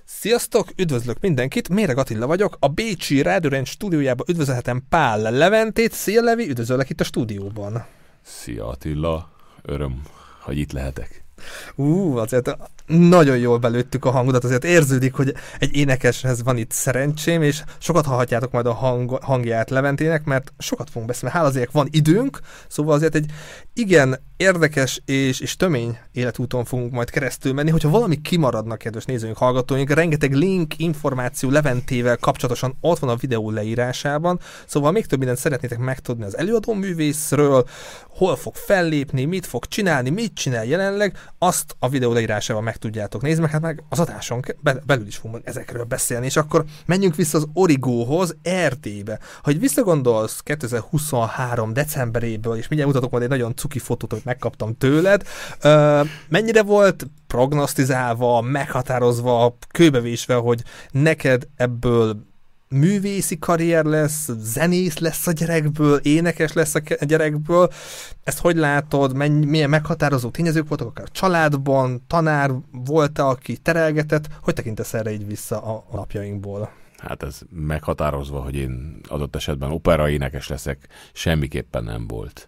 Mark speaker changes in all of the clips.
Speaker 1: Sziasztok, üdvözlök mindenkit, Méreg Attila vagyok, a bécsi Radio Range stúdiójában üdvözölhetem Pál Leventét. Szia Levi, üdvözöllek itt a stúdióban.
Speaker 2: Szia Attila, öröm, hogy itt lehetek.
Speaker 1: Azért nagyon jól belőttük a hangodat, azért érződik, hogy egy énekeshez van itt szerencsém, és sokat hallhatjátok majd a hangját Leventének, mert sokat fogunk beszélni, hála azért van időnk, szóval azért egy igen érdekes és tömény életúton fogunk majd keresztül menni. Hogyha valami kimaradnak, kedves nézőink, hallgatóink, rengeteg link, információ Leventével kapcsolatosan ott van a videó leírásában, szóval még több mindent szeretnétek megtudni az előadó művészről, hol fog fellépni, mit fog csinálni, mit csinál jelenleg, azt a videó leírásában meg tudjátok nézni, meg hát meg az adáson belül is fogunk ezekről beszélni, és akkor menjünk vissza az Origóhoz, Erdélybe. Ha visszagondolsz 2023 decemberéből, és mindjárt mutatok majd egy nagyon cuki fotót, amit megkaptam tőled, mennyire volt prognosztizálva, meghatározva, kőbevésve, hogy neked ebből művészi karrier lesz, zenész lesz a gyerekből, énekes lesz a gyerekből. Ezt hogy látod? Milyen meghatározó tényezők voltak, akár családban, tanár volt-e, aki terelgetett? Hogy tekintesz erre így vissza a napjainkból?
Speaker 2: Hát ez meghatározva, hogy én adott esetben opera énekes leszek, semmiképpen nem volt.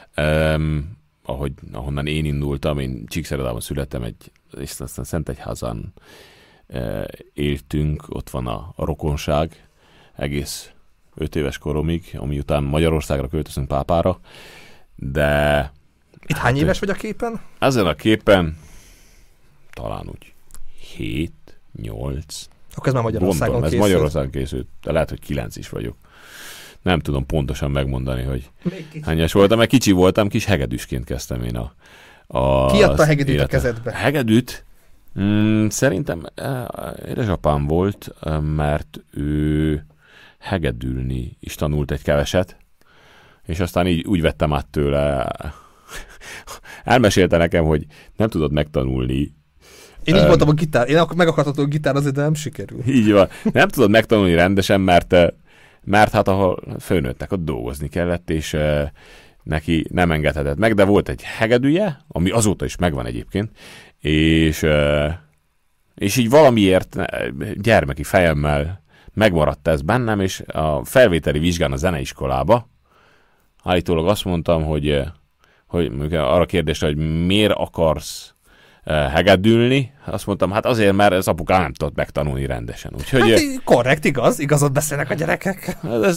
Speaker 2: Ahonnan én indultam, én Csíkszeredában születtem, és aztán Szentegyházan éltünk, ott van a rokonság, egész 5 éves koromig, ami után Magyarországra költözünk Pápára, de...
Speaker 1: Itt hány éves vagy a képen?
Speaker 2: Ezen a képen talán úgy 7-8.
Speaker 1: Akkor ez már Magyarországon készült.
Speaker 2: Ez Magyarországon készült, de lehet, hogy 9 is vagyok. Nem tudom pontosan megmondani, hogy hányas voltam, mert kicsi voltam, kis hegedűsként kezdtem én
Speaker 1: Ki adta a hegedűt a kezedbe?
Speaker 2: Hegedűt? Szerintem édesapám volt, mert ő hegedülni is tanult egy keveset, és aztán így úgy vettem át tőle. Elmesélte nekem, hogy nem tudod megtanulni.
Speaker 1: Én így voltam a gitár, én akkor meg akartam a gitár, azért de nem sikerül.
Speaker 2: Így van. Nem tudod megtanulni rendesen, mert hát ahol főnőttek, ott dolgozni kellett, és neki nem engedhetett meg, de volt egy hegedűje, ami azóta is megvan egyébként, és így valamiért gyermeki fejemmel megmaradt ez bennem, és a felvételi vizsgán a zeneiskolába állítólag azt mondtam, hogy arra kérdésre, hogy miért akarsz hegedülni, azt mondtam, hát azért, mert az apukám nem tudott megtanulni rendesen. Úgyhogy,
Speaker 1: hát korrekt, igazat beszélnek a gyerekek.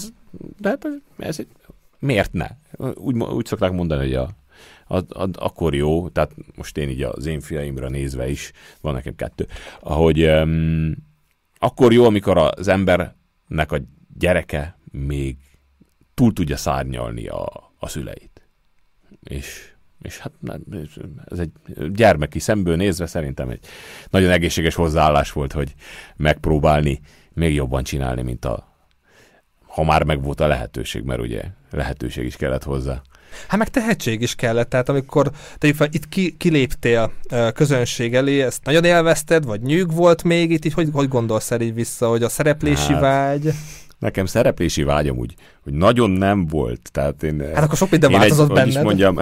Speaker 2: Miért ne? Úgy szokták mondani, hogy akkor jó, tehát most én így az én fiaimra nézve is, van nekem 2, hogy akkor jó, amikor az embernek a gyereke még túl tudja szárnyalni a szüleit. És hát ez egy gyermeki szemből nézve szerintem egy nagyon egészséges hozzáállás volt, hogy megpróbálni még jobban csinálni, mint ha már meg volt a lehetőség, mert ugye lehetőség is kellett hozzá.
Speaker 1: Hát meg tehetség is kellett, tehát amikor tegyük fel, itt kiléptél közönség elé, ezt nagyon élvezted, vagy nyűg volt még itt, így hogy gondolsz el így vissza, hogy a szereplési vágy?
Speaker 2: Nekem szereplési vágyam úgy, hogy nagyon nem volt. Tehát
Speaker 1: hát akkor sok minden változott benned.
Speaker 2: Hogy is mondjam,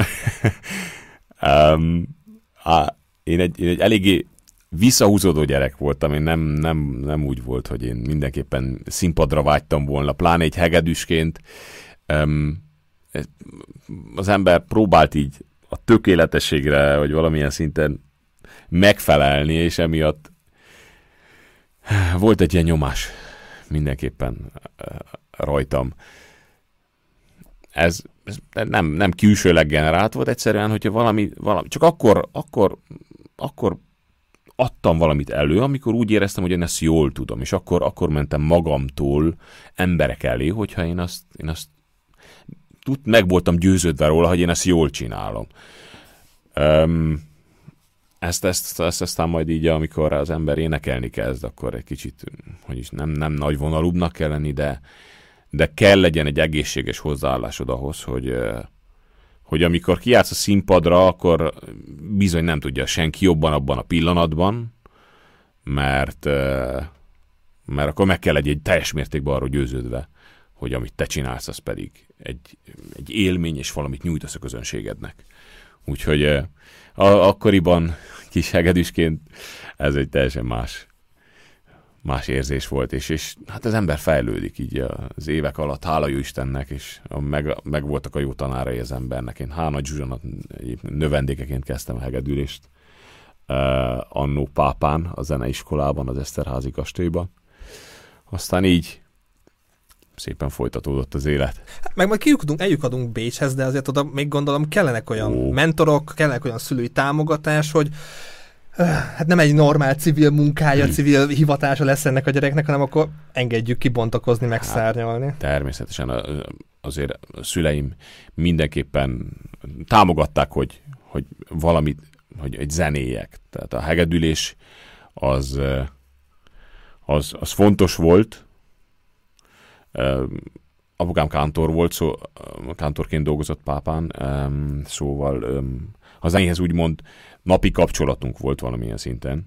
Speaker 2: én egy eléggé visszahúzódó gyerek voltam, én nem úgy volt, hogy én mindenképpen színpadra vágytam volna, pláne egy hegedűsként. Az ember próbált így a tökéletességre, vagy valamilyen szinten megfelelni, és emiatt volt egy ilyen nyomás mindenképpen rajtam. Ez nem külsőleg generált volt egyszerűen, hogyha valami csak akkor adtam valamit elő, amikor úgy éreztem, hogy én ezt jól tudom, és akkor mentem magamtól emberek elé, hogyha én azt meg voltam győződve róla, hogy én ezt jól csinálom. Ezt aztán majd így, amikor az ember énekelni kezd, akkor egy kicsit, hogy is nem nagy vonalúbbnak kell lenni, de kell legyen egy egészséges hozzáállásod ahhoz, hogy amikor kijársz a színpadra, akkor bizony nem tudja senki jobban abban a pillanatban, mert akkor meg kell egy teljes mértékben arról győződve, hogy amit te csinálsz, az pedig egy élmény, és valamit nyújtasz a közönségednek. Úgyhogy akkoriban kis hegedűsként ez egy teljesen más érzés volt, és hát az ember fejlődik így az évek alatt, hála jó Istennek, és meg voltak a jó tanárai az embernek. Én Hána Zsuzsának növendékeként kezdtem a hegedülést annó Pápán, a zeneiskolában, az Eszterházi kastélyban. Aztán így szépen folytatódott az élet.
Speaker 1: Meg majd eljuthatunk Bécshez, de azért oda még gondolom kellenek olyan mentorok, kellenek olyan szülői támogatás, hogy hát nem egy normál civil munkája, civil hivatása lesz ennek a gyereknek, hanem akkor engedjük kibontakozni, megszárnyalni.
Speaker 2: Hát, természetesen azért a szüleim mindenképpen támogatták, hogy valamit, hogy egy zenéjek. Tehát a hegedülés az fontos volt. Apukám kántor volt, kántorként dolgozott Pápán, szóval a zenéhez úgymond napi kapcsolatunk volt valamilyen szinten.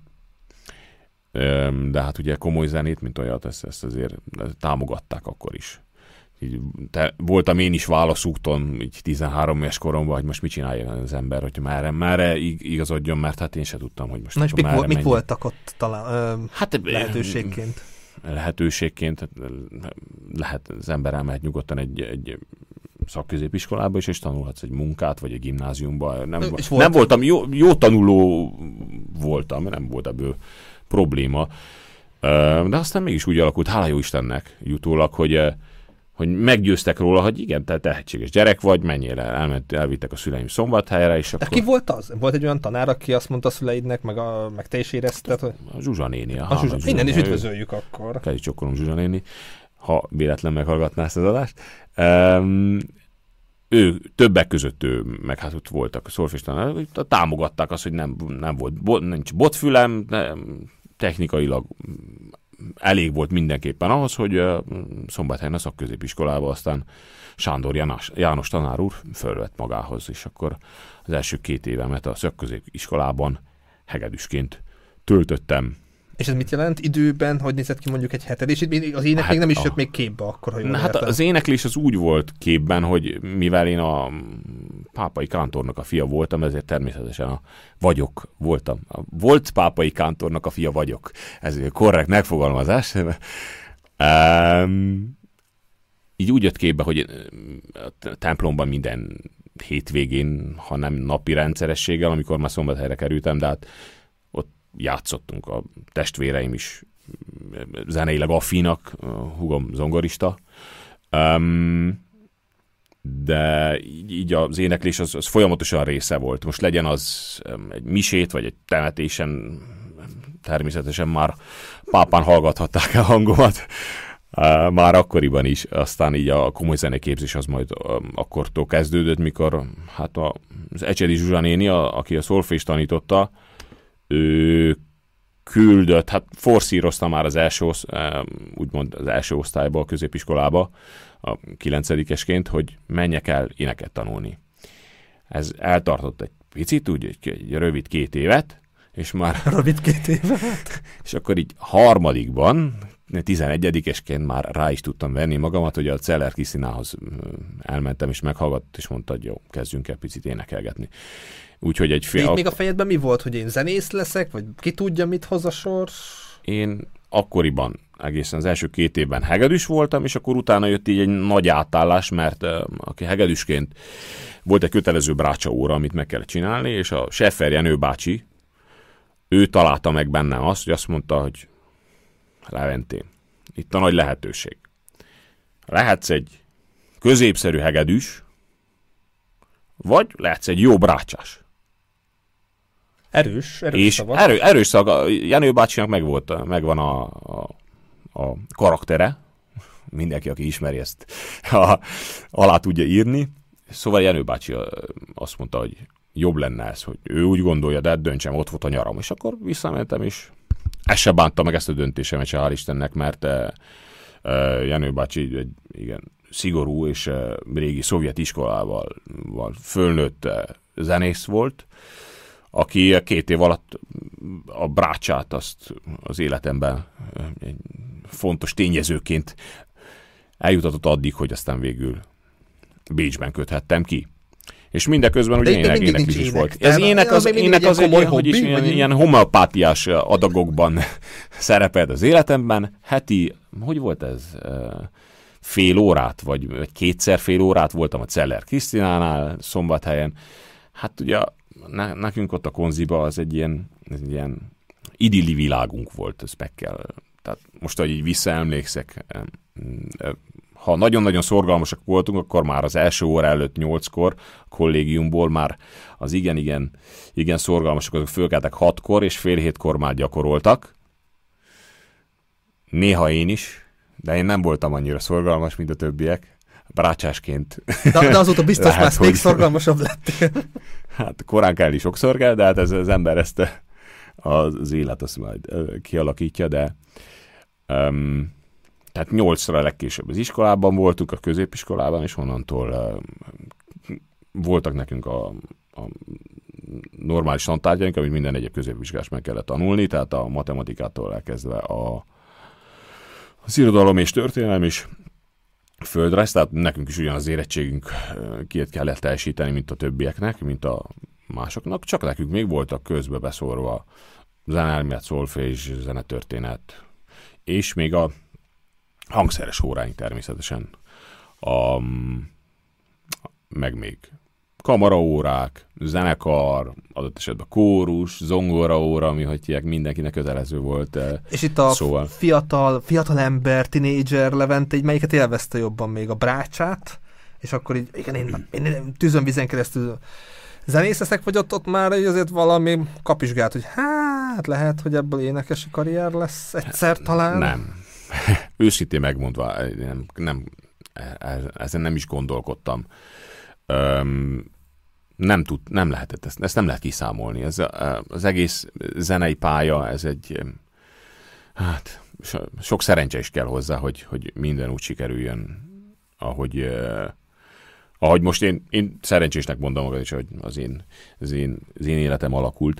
Speaker 2: De hát ugye komoly zenét, mint olyat, ezt azért támogatták akkor is. Így, voltam én is válaszúton, így 13 éves koromban, hogy most mit csinálja az ember, hogy merre igazodjon, mert hát én se tudtam, hogy most
Speaker 1: mik voltak ott talán lehetőségként?
Speaker 2: Lehetőségként lehet az ember elmehet nyugodtan egy szakközépiskolába is, és tanulhatsz egy munkát, vagy egy gimnáziumba. Nem voltam, jó tanuló voltam, nem volt ebből probléma. De aztán mégis úgy alakult, hála jó Istennek jutólag, hogy meggyőztek róla, hogy igen, te tehetséges gyerek vagy, menjél el, elvittek a szüleim Szombathelyre, és akkor...
Speaker 1: De ki volt az? Volt egy olyan tanár, aki azt mondta a szüleidnek, meg te is érezted, hogy...
Speaker 2: A Zsuzsa néni.
Speaker 1: Innen is üdvözöljük akkor.
Speaker 2: Kell is csokkolom Zsuzsa néni, ha véletlen meghallgatná ezt az adást. Ő, többek között meg hát ott voltak a szolféstanárok, támogatták azt, hogy nem volt, nincs botfülem, technikailag elég volt mindenképpen ahhoz, hogy Szombathelyen a szakközépiskolába aztán Sándor János tanár úr fölvett magához, és akkor az első 2 évemet a szakközépiskolában hegedűsként töltöttem.
Speaker 1: És ez mit jelent időben, hogy nézett ki mondjuk egy heted? És az ének még nem is jött még képbe akkor, ha jól
Speaker 2: értem. Az éneklés az úgy volt képben, hogy mivel én a pápai kántornak a fia voltam, ezért természetesen voltam. Volt pápai kántornak a fia vagyok. Ez korrekt megfogalmazás. Így úgy jött képbe, hogy a templomban minden hétvégén, ha nem napi rendszerességgel, amikor már Szombathelyre kerültem, de hát játszottunk, a testvéreim is zeneileg affinak, húgom zongorista, de így az éneklés az folyamatosan része volt. Most legyen az egy misét, vagy egy temetésen, természetesen már Pápán hallgathatták a hangomat, már akkoriban is, aztán így a komoly zeneképzés az majd akkortól kezdődött, mikor hát az Ecsedi Zsuzsa néni, aki a szolfést tanította, ő küldött, hát forszírozta már az első osztályba, a középiskolába, a 9-esként, hogy menjek el éneket tanulni. Ez eltartott egy picit, úgy egy rövid 2 évet, és már...
Speaker 1: Rövid 2 évet?
Speaker 2: És akkor így harmadikban, 11-esként már rá is tudtam venni magamat, hogy a Celler Krisztinához elmentem, és meghallgatott, és mondta, hogy jó, kezdjünk el picit énekelgetni. Úgyhogy
Speaker 1: még a fejedben mi volt, hogy én zenész leszek, vagy ki tudja, mit hoz a sors?
Speaker 2: Én akkoriban egészen az első 2 évben hegedűs voltam, és akkor utána jött így egy nagy átállás, mert aki hegedűsként volt egy kötelező brácsa óra, amit meg kellett csinálni, és a Seffer Jenő bácsi, ő találta meg bennem azt, hogy azt mondta, hogy Leventén, itt a nagy lehetőség. Lehetsz egy középszerű hegedűs, vagy lehetsz egy jó brácsás.
Speaker 1: Erős
Speaker 2: szavak. Erős szavak. Jenő bácsinak megvan a karaktere. Mindenki, aki ismeri ezt, alá tudja írni. Szóval Jenő bácsi azt mondta, hogy jobb lenne ez, hogy ő úgy gondolja, de döntsem, ott volt a nyaram. És akkor visszamentem, és ezt se bánta meg ezt a döntésemet, se hál' Istennek, mert Jenő bácsi egy igen szigorú és régi szovjet iskolával fölnőtt zenész volt, aki 2 év alatt a brácsát azt az életemben egy fontos tényezőként eljutatott addig, hogy aztán végül Bécsben köthettem ki. És mindeközben ugye éneklés is volt. Ez
Speaker 1: ének
Speaker 2: az ilyen homeopátiás adagokban szerepelt az életemben. Heti, hogy volt ez? Fél órát, vagy kétszer fél órát voltam a Celler Krisztinánál Szombathelyen. Hát ugye nekünk ott a Konziba az egy ilyen idilli világunk volt a Spekkel. Tehát most, hogy így visszaemlékszek, ha nagyon-nagyon szorgalmasak voltunk, akkor már az első óra előtt 8-kor a kollégiumból már az igen szorgalmasak, azok fölkeltek 6-kor, és fél 7-kor már gyakoroltak. Néha én is, de én nem voltam annyira szorgalmas, mint a többiek. Brácsásként.
Speaker 1: De azóta biztos lehet, már még szorgalmasabb lettél.
Speaker 2: Hát korán kell is sokszor kell, de hát ez az ember ezt az élet azt majd kialakítja, de tehát 8-ra legkésőbb az iskolában voltunk, a középiskolában, és onnantól voltak nekünk a normális tantárgyaink, amit minden egyéb középiskolás meg kellett tanulni, tehát a matematikától elkezdve az irodalom és történelem is, földrajz, tehát nekünk is ugyanaz érettségünk kiét kellett teljesíteni, mint a többieknek, mint a másoknak, csak nekünk még voltak közbe beszórva zeneelmélet, szolfés, zenetörténet, és még a hangszeres óráink természetesen, meg még kamaraórák, zenekar, adott esetben kórus, zongoraóra, ami hogy hívják, mindenkinek kötelező volt.
Speaker 1: És itt a
Speaker 2: szóval
Speaker 1: fiatal ember, tinédzser Levente, így melyiket élvezte jobban, még a brácsát, és akkor így, igen, én tűzön-vizen keresztül zenész leszek, vagy ott már azért valami kapizsgált, hogy hát lehet, hogy ebből énekesi karrier lesz egyszer talán?
Speaker 2: Nem. Őszintén megmondva, ezen nem is gondolkodtam. Nem lehetett ezt nem lehet kiszámolni. Az egész zenei pálya, ez egy hát sok szerencse is kell hozzá, hogy minden úgy sikerüljön, ahogy most én szerencsésnek mondom magad is, hogy az én életem alakult.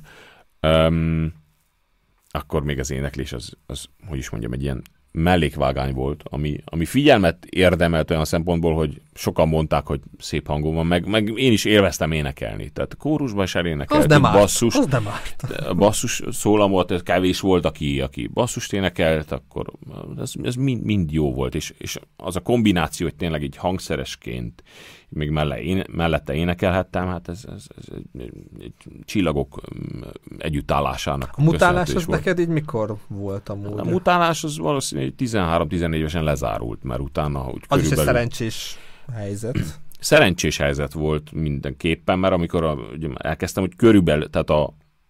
Speaker 2: Akkor még az éneklés az hogy is mondjam, egy ilyen mellékvágány volt, ami figyelmet érdemelt olyan szempontból, hogy sokan mondták, hogy szép hangom van, meg én is élveztem énekelni. Tehát kórusban is elénekeltünk, basszus szólamot, kevés volt, aki basszust énekelt, akkor ez mind jó volt, és az a kombináció, hogy tényleg így hangszeresként még mellette énekelhettem, hát ez egy csillagok együttállásának.
Speaker 1: A mutálás az neked így mikor volt amúgy?
Speaker 2: A mutálás az valószínűleg 13-14 évesen lezárult, mert utána úgy
Speaker 1: az körülbelül... is egy szerencsés helyzet.
Speaker 2: Szerencsés helyzet volt mindenképpen, mert amikor elkezdtem, hogy körülbelül, tehát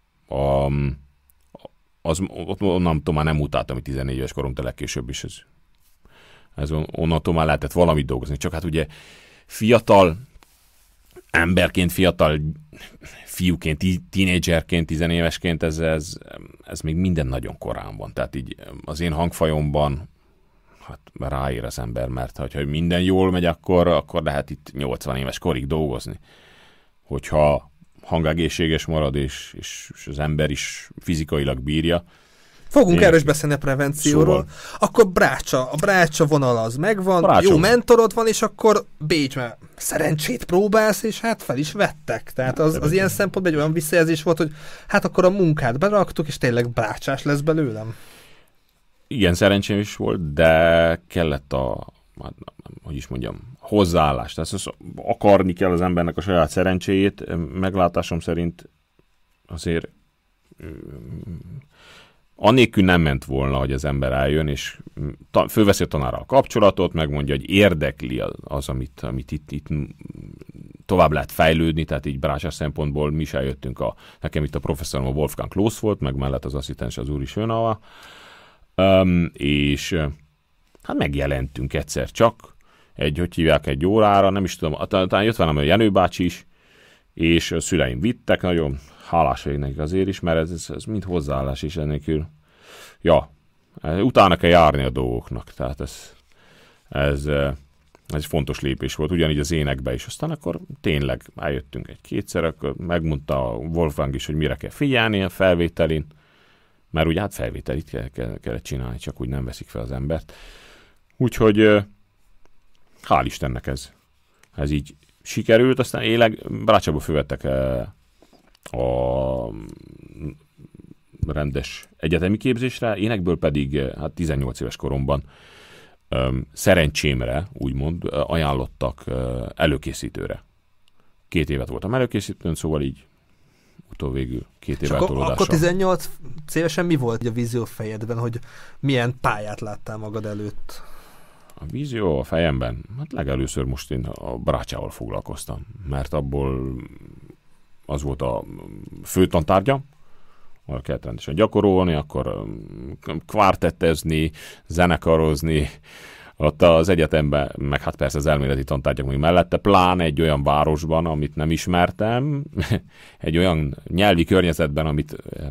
Speaker 2: onnantól már nem utáltam, hogy 14 éves koromtól legkésőbb is ez onnantól már lehetett valamit dolgozni. Csak hát ugye fiatal emberként, fiatal fiúként, tínédzserként, 10 évesként ez még minden nagyon korán van. Tehát így az én hangfajomban hát ráér az ember, mert ha minden jól megy, akkor lehet itt 80 éves korig dolgozni. Hogyha hangegészséges marad, és az ember is fizikailag bírja.
Speaker 1: Fogunk erről is beszélni a prevencióról. Szóval. Akkor a brácsa vonal az megvan, jó mentorod van, és akkor Bécsben szerencsét próbálsz, és hát fel is vettek. Tehát az ilyen szempontból egy olyan visszajelzés volt, hogy hát akkor a munkát beraktuk, és tényleg brácsás lesz belőlem.
Speaker 2: Igen, szerencsém is volt, de kellett hogy is mondjam, hozzáállás. Tehát akarni kell az embernek a saját szerencséjét. Meglátásom szerint azért annélkül nem ment volna, hogy az ember eljön, és fölveszi a tanárral a kapcsolatot, megmondja, hogy érdekli az, amit itt tovább lehet fejlődni, tehát így brácsás szempontból mi is eljöttünk, nekem itt a professzorom a Wolfgang Klósz volt, meg mellett az asszisztens az Úri Sönava, és hát megjelentünk egyszer csak, hogy hívják egy órára, nem is tudom, talán jött velem a Jenő bácsi is, és a szüleim vittek, nagyon hálás vagyok nekik azért is, mert ez mind hozzáállás is ennélkül. Ja, utána kell járni a dolgoknak, tehát ez egy fontos lépés volt, ugyanígy az énekbe is. Aztán akkor tényleg eljöttünk egy-kétszer, akkor megmondta a Wolfgang is, hogy mire kell figyelni a felvételin, mert ugye hát felvételit kellett csinálni, csak úgy nem veszik fel az embert. Úgyhogy hál' Istennek ez így sikerült, aztán Brácsából fölvettek a rendes egyetemi képzésre, énekből pedig 18 éves koromban szerencsémre, úgymond, ajánlottak előkészítőre. 2 évet voltam előkészítőn, szóval így végül 2 év eltolódással.
Speaker 1: Akkor 18 évesen mi volt a vízió fejedben, hogy milyen pályát láttál magad előtt?
Speaker 2: A vízió a fejemben? Hát legelőször most én a Brácsával foglalkoztam, mert abból az volt a főtantárgya, ahol kellett rendesen gyakorolni, akkor kvártettezni, zenekarozni, ott az egyetemben, meg hát persze az elméleti tantárgyak még mellette, pláne egy olyan városban, amit nem ismertem, egy olyan nyelvi környezetben, amit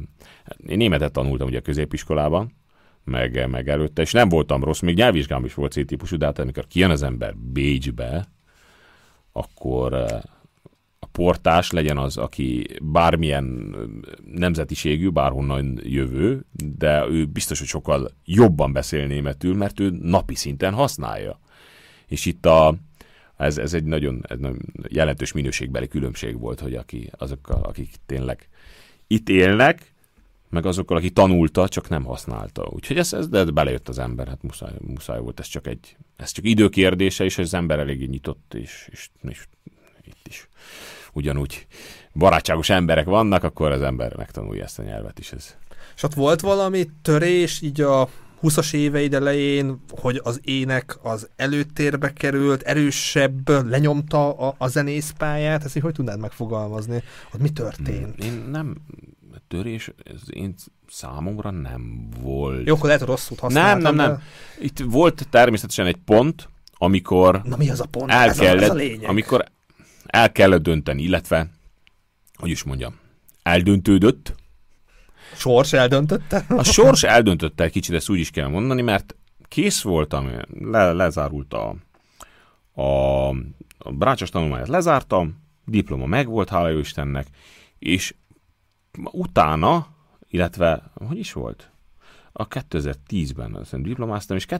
Speaker 2: én németet tanultam ugye a középiskolában, meg előtte, és nem voltam rossz, még nyelvvizsgám is volt C-típusú, de hát amikor kijön az ember Bécsbe, akkor a portás legyen az, aki bármilyen nemzetiségű, bárhonnan jövő, de ő biztos, hogy sokkal jobban beszél németül, mert ő napi szinten használja. És itt ez egy nagyon jelentős minőségbeli különbség volt, hogy azokkal, akik tényleg itt élnek, meg azokkal, aki tanulta, csak nem használta. Úgyhogy de belejött az ember, hát muszáj volt, ez csak idő kérdése, és az ember eléggé nyitott, és itt is ugyanúgy barátságos emberek vannak, akkor az ember megtanulja ezt a nyelvet is.
Speaker 1: És ott volt valami törés így a 20-as éveid elején, hogy az ének az előtérbe került, erősebb, lenyomta a zenészpályát? Ezt így hogy tudnád megfogalmazni? Ott mi történt?
Speaker 2: Én nem... törés, ez én számomra nem volt.
Speaker 1: Jó, akkor lehet, hogy rosszul használtam.
Speaker 2: Nem. Itt volt természetesen egy pont, amikor...
Speaker 1: Na mi az a pont?
Speaker 2: Ez a lényeg. Amikor el kellett dönteni, illetve, hogy is mondjam, eldöntődött.
Speaker 1: Sors eldöntötte?
Speaker 2: A sors eldöntötte egy kicsit, ezt úgy is kell mondani, mert kész voltam, lezárult a brácsos tanulmányát lezártam, diploma megvolt, hála jó Istennek, és utána, illetve, hogy is volt? A 2010-ben azt diplomáztam, és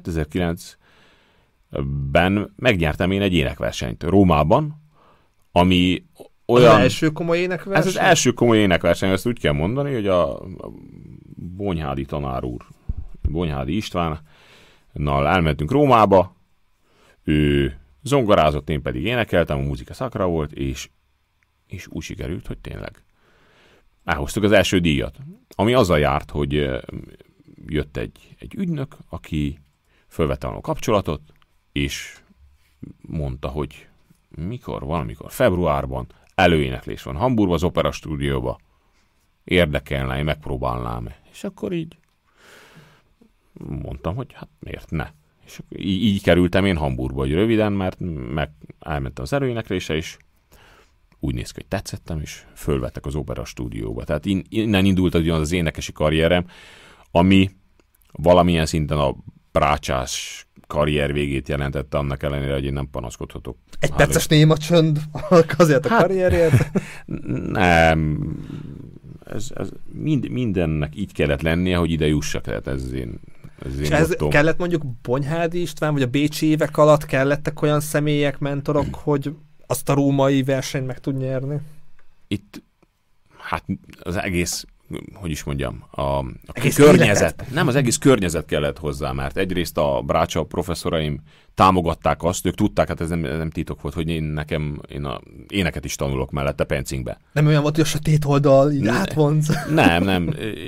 Speaker 2: 2009-ben megnyertem én egy énekversenyt Rómában, ami olyan...
Speaker 1: Az első komoly énekverseny?
Speaker 2: Ez az első komoly énekverseny, ezt úgy kell mondani, hogy a Bonyhádi tanár úr, Bonyhádi Istvánnal elmentünk Rómába, ő zongorázott, én pedig énekeltem, a muzika szakra volt, és úgy sikerült, hogy tényleg elhoztuk az első díjat, ami azzal járt, hogy jött egy ügynök, aki fölvette a kapcsolatot, és mondta, hogy valamikor februárban előéneklés van Hamburgban, az Opera stúdióba, érdekelne, én megpróbálnám. És akkor így mondtam, hogy hát miért ne. És így kerültem én Hamburgba, hogy röviden, mert elmentem az előéneklésre, és úgy néz ki, hogy tetszettem, és fölvettek az Opera stúdióba. Tehát innen indult az énekesi karrierem, ami valamilyen szinten a brácsás karrier végét jelentette, annak ellenére, hogy én nem panaszkodhatok.
Speaker 1: Egy perces néma csönd azért a karrierért?
Speaker 2: Nem. Ez mindennek így kellett lennie, hogy ide jussak. Tehát ez én
Speaker 1: és ez kellett mondjuk Bonyhádi István, vagy a bécsi évek alatt kellettek olyan személyek, mentorok, hogy azt a római versenyt meg tud nyerni? Itt,
Speaker 2: hát az egész, hogy is mondjam, a környezet. Nem, az egész környezet kellett hozzá, mert egyrészt a brácsa professzoraim támogatták azt, ők tudták, hát ez nem titok volt, hogy én éneket is tanulok mellette Pencingbe.
Speaker 1: Nem olyan volt, hogy a sötét oldal így átvonz.
Speaker 2: Nem.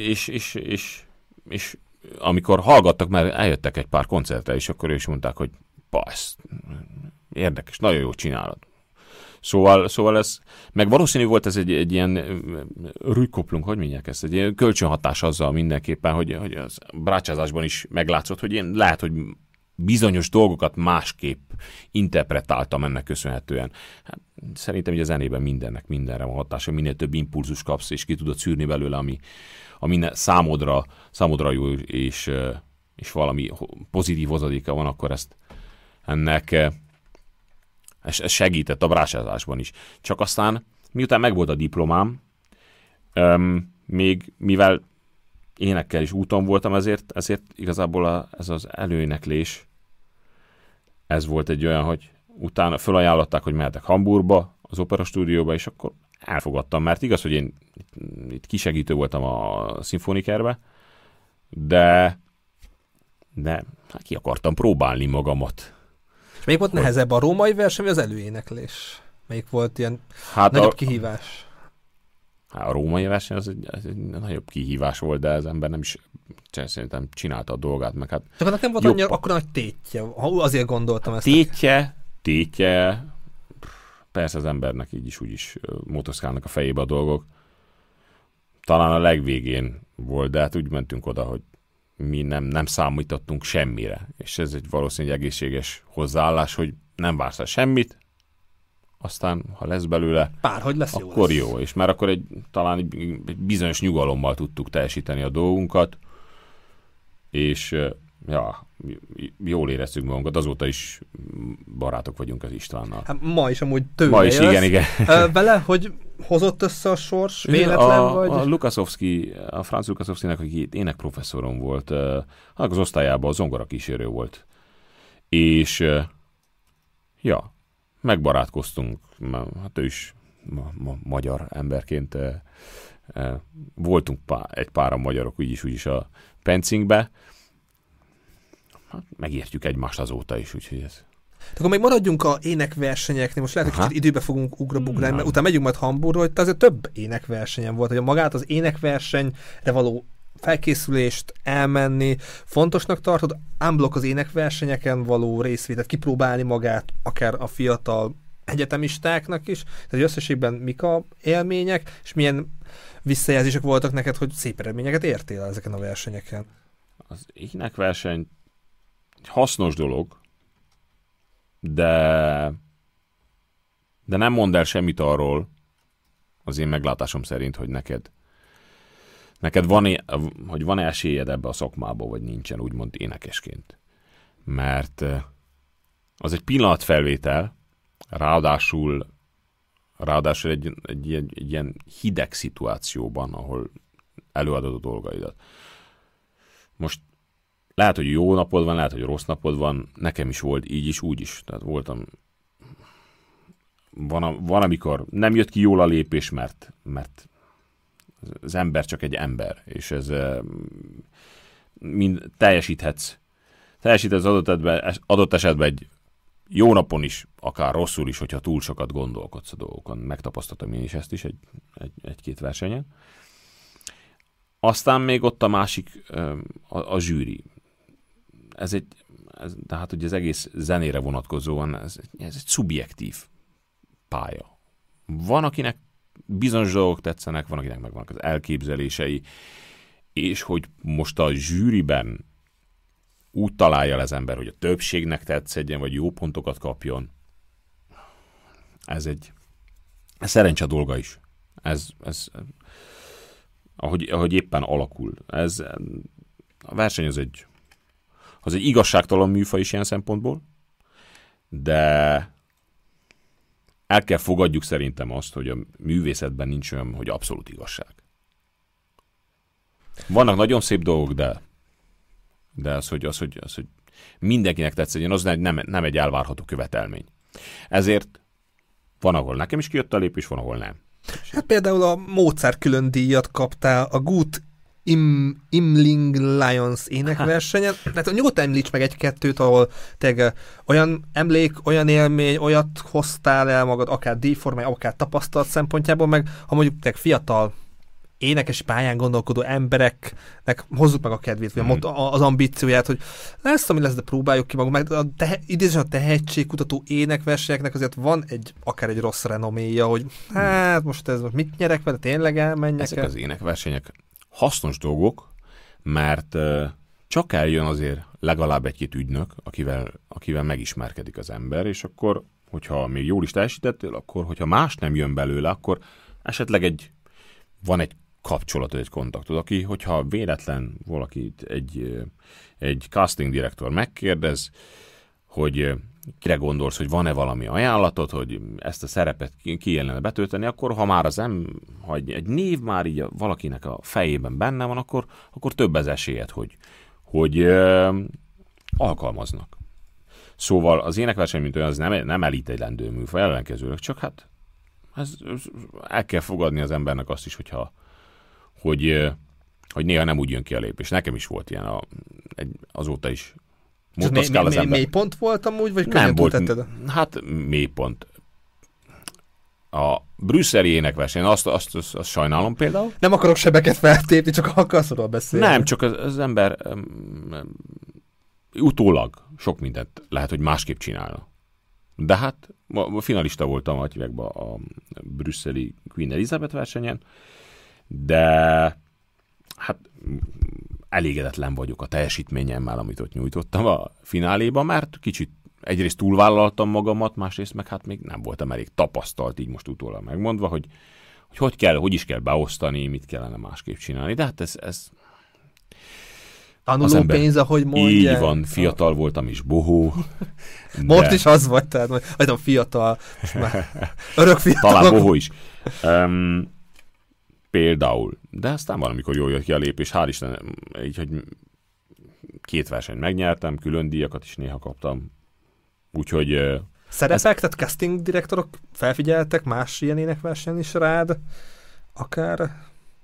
Speaker 2: És amikor hallgattak, mert eljöttek egy pár koncertre, és akkor ők is mondták, hogy ezt érdekes, nagyon jól csinálod. Szóval ez, meg valószínű volt ez egy ilyen rükoplunk, hogy mondják ezt, egy ilyen kölcsönhatás azzal mindenképpen, hogy az brácsázásban is meglátszott, hogy én lehet, hogy bizonyos dolgokat másképp interpretáltam ennek köszönhetően. Hát, szerintem így a zenében mindenre van hatása, minél több impulzus kapsz, és ki tudod szűrni belőle, ami számodra jó, és valami pozitív hozadéka van, akkor ennek ez segített a brácsázásban is. Csak aztán, miután megvolt a diplomám, még mivel énekkel is úton voltam, ezért igazából ez az előéneklés, ez volt egy olyan, hogy utána felajánlották, hogy mehetek Hamburgba, az Opera stúdióba, és akkor elfogadtam, mert igaz, hogy én itt kisegítő voltam a szimfonikerbe, de hát ki akartam próbálni magamat.
Speaker 1: És melyik volt nehezebb, a római verseny, vagy az előéneklés? Melyik volt ilyen nagyobb kihívás?
Speaker 2: A római verseny az egy nagyobb kihívás volt, de az ember nem is szerintem csinálta a dolgát, meg hát...
Speaker 1: Csak annak nem volt annyira akkor nagy tétje, azért gondoltam ezt.
Speaker 2: Tétje, persze az embernek így is úgy is motoszkálnak a fejébe a dolgok. Talán a legvégén volt, de hát úgy mentünk oda, hogy mi nem számítottunk semmire. És ez egy valószínűleg egészséges hozzáállás, hogy nem vársz el semmit, aztán, ha lesz belőle,
Speaker 1: bárhogy lesz,
Speaker 2: akkor jó. És már akkor talán egy bizonyos nyugalommal tudtuk teljesíteni a dolgunkat, és jól éreztük magunkat. Azóta is barátok vagyunk az Istvánnal.
Speaker 1: Hát ma is amúgy tőle
Speaker 2: ma is, igen.
Speaker 1: Vele, hogy hozott össze a sors, véletlen vagy?
Speaker 2: A Lukaszovszki, a Franz Lukaszovszkinak, aki énekprofesszorom volt, annak az osztályában a zongora kísérő volt. És megbarátkoztunk, hát ő is magyar emberként voltunk egy páran magyarok úgyis a Pencingbe. Hát megértjük egymást azóta is, úgyhogy ez...
Speaker 1: Akkor még maradjunk a énekversenyeknél, most lehet, hogy kicsit időbe fogunk ugrabugrálni, mert utána megyünk majd Hamburgba, hogy azért több énekversenyen volt, hogy magát az énekversenyre való felkészülést elmenni, fontosnak tartod, unblock az énekversenyeken való részvételt, kipróbálni magát, akár a fiatal egyetemistáknak is, tehát összességben mik a élmények, és milyen visszajelzések voltak neked, hogy szép eredményeket értél ezeken a versenyeken?
Speaker 2: Az énekverseny egy hasznos dolog, de nem mondd el semmit arról, az én meglátásom szerint, hogy neked van-e esélyed ebbe a szakmába, vagy nincsen, úgymond énekesként. Mert az egy pillanatfelvétel, ráadásul egy ilyen hideg szituációban, ahol előadod a dolgaidat. Most lehet, hogy jó napod van, lehet, hogy rossz napod van, nekem is volt így is, úgy is. Tehát van, amikor nem jött ki jól a lépés, mert az ember csak egy ember, és ez teljesíthetsz adott esetben egy jó napon is, akár rosszul is, hogyha túl sokat gondolkodsz a dolgokon. Megtapasztaltam én is ezt is egy-két versenyen. Aztán még ott a másik, a zsűri. Tehát ugye az egész zenére vonatkozóan ez egy szubjektív pálya. Van, akinek bizonyos dolgok tetszenek, van, akinek meg vannak az elképzelései, és hogy most a zsűriben úgy találja az ember, hogy a többségnek tetszedjen, vagy jó pontokat kapjon. Ez szerencse dolga is. Ez ahogy éppen alakul. A verseny az egy igazságtalan műfaj is ilyen szempontból, de el kell fogadjuk szerintem azt, hogy a művészetben nincs olyan, hogy abszolút igazság. Vannak nagyon szép dolgok, de az, hogy mindenkinek tetszedjen, az nem egy elvárható követelmény. Ezért van, ahol nekem is kijött a lépés, van, ahol nem.
Speaker 1: Hát például a Mozart külön díjat kaptál a Gut Imling Lions énekversenyen. Tehát nyugodtan említs meg egy-kettőt, ahol tényleg olyan emlék, olyan élmény, olyat hoztál el magad, akár díjformáj, akár tapasztalat szempontjából, meg ha mondjuk tényleg fiatal énekesi pályán gondolkodó embereknek hozzuk meg a kedvét, vagy az ambícióját, hogy lesz, ami lesz, de próbáljuk ki magunk. Meg idézően a tehetségkutató énekversenyeknek azért van akár egy rossz renoméja, hogy hát most mit nyerek vele, tényleg elmenjek.
Speaker 2: Ezek az énekversenyek hasznos dolgok, mert csak eljön azért legalább egy-két ügynök, akivel megismerkedik az ember, és akkor, hogyha még jól is teljesítettél, akkor, hogyha más nem jön belőle, akkor esetleg van egy kapcsolatod, egy kontaktod, aki, hogyha véletlen valakit egy casting direktor megkérdez, hogy kire gondolsz, hogy van-e valami ajánlatod, hogy ezt a szerepet ki kellene betölteni, akkor ha már ha egy név már így valakinek a fejében benne van, akkor több az esélyed, hogy alkalmaznak. Szóval az énekverseny, mint olyan, az nem elítélendő műfaj, ellenkezőleg, csak hát el kell fogadni az embernek azt is, hogy néha nem úgy jön ki a lépés. Nekem is volt ilyen, azóta is motoszkál az ember.
Speaker 1: Mélypont volt amúgy, vagy
Speaker 2: nem volt,
Speaker 1: tetted?
Speaker 2: Hát mélypont. A brüsszeli énekverseny, azt sajnálom például.
Speaker 1: Nem akarok sebeket feltépni, csak akarsz róla beszélni.
Speaker 2: Nem, csak az ember utólag sok mindent lehet, hogy másképp csinálna. De hát finalista voltam a brüsszeli Queen Elizabeth versenyen, de hát elégedetlen vagyok a teljesítményemmel, amit ott nyújtottam a fináléban, mert kicsit egyrészt túlvállaltam magamat, másrészt meg hát még nem voltam elég tapasztalt, így most utólag megmondva, hogy is kell beosztani, mit kellene másképp csinálni. De hát ez
Speaker 1: tanuló pénz, ahogy mondja.
Speaker 2: Így van, fiatal voltam is bohó.
Speaker 1: Most is az vagy, tehát vagy a fiatal, örök fiatal.
Speaker 2: Talán bohó is. Például. De aztán valamikor jól jött ki a lépés, hál' Isten, így, hogy 2 versenyt megnyertem, külön díjakat is néha kaptam. Úgyhogy...
Speaker 1: Szerepek, tehát casting direktorok felfigyeltek más ilyen énekversenyen is rád? Akár?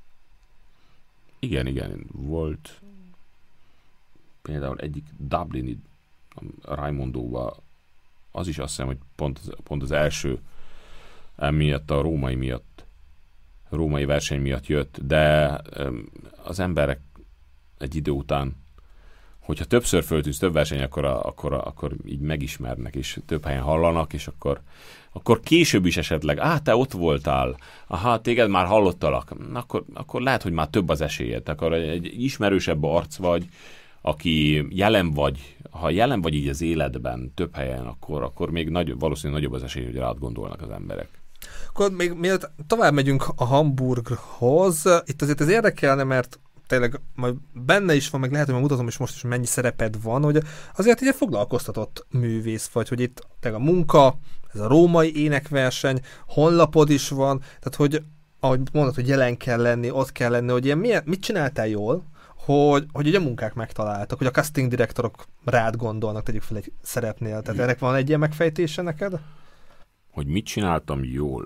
Speaker 2: Igen, volt például egyik Dublini Raimondóban, az is azt hiszem, hogy pont az első emiatt a római verseny miatt jött, de az emberek egy idő után, hogyha többször föltűnsz több verseny, akkor így megismernek, és több helyen hallanak, és akkor később is esetleg, te ott voltál, téged már hallottalak, akkor lehet, hogy már több az esélyed, akkor egy ismerősebb arc vagy, aki ha jelen vagy így az életben több helyen, akkor még valószínűleg nagyobb az esély, hogy rád gondolnak az emberek.
Speaker 1: Akkor még mielőtt tovább megyünk a Hamburghoz, itt azért ez érdekelne, mert tényleg majd benne is van, meg lehet, hogy mutatom is most is, mennyi szereped van, hogy azért egy foglalkoztatott művész vagy, hogy itt tényleg a munka, ez a római énekverseny, honlapod is van, tehát hogy ahogy mondod, hogy jelen kell lenni, ott kell lenni, hogy mit csináltál jól, hogy ugye a munkák megtaláltak, hogy a casting direktorok rád gondolnak, tegyük fel egy szerepnél. Tehát ennek van egy ilyen megfejtése neked?
Speaker 2: Hogy mit csináltam jól?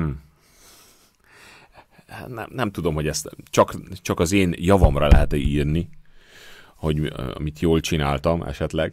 Speaker 2: Nem tudom, hogy ezt csak az én javamra lehet írni, hogy amit jól csináltam esetleg.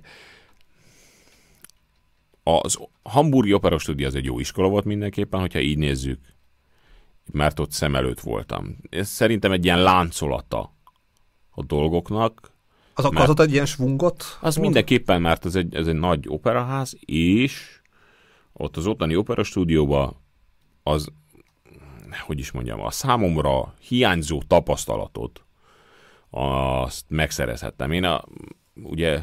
Speaker 2: Az Hamburgi Operastúdió az egy jó iskola volt mindenképpen, hogyha így nézzük, mert ott szem előtt voltam. Ez szerintem egy ilyen láncolata a dolgoknak.
Speaker 1: Az akartott egy ilyen svungot?
Speaker 2: Az mindenképpen, mert ez egy nagy operaház, és ott az ottani operastúdióban az, hogy is mondjam, a számomra hiányzó tapasztalatot azt megszerezhettem. Én ugye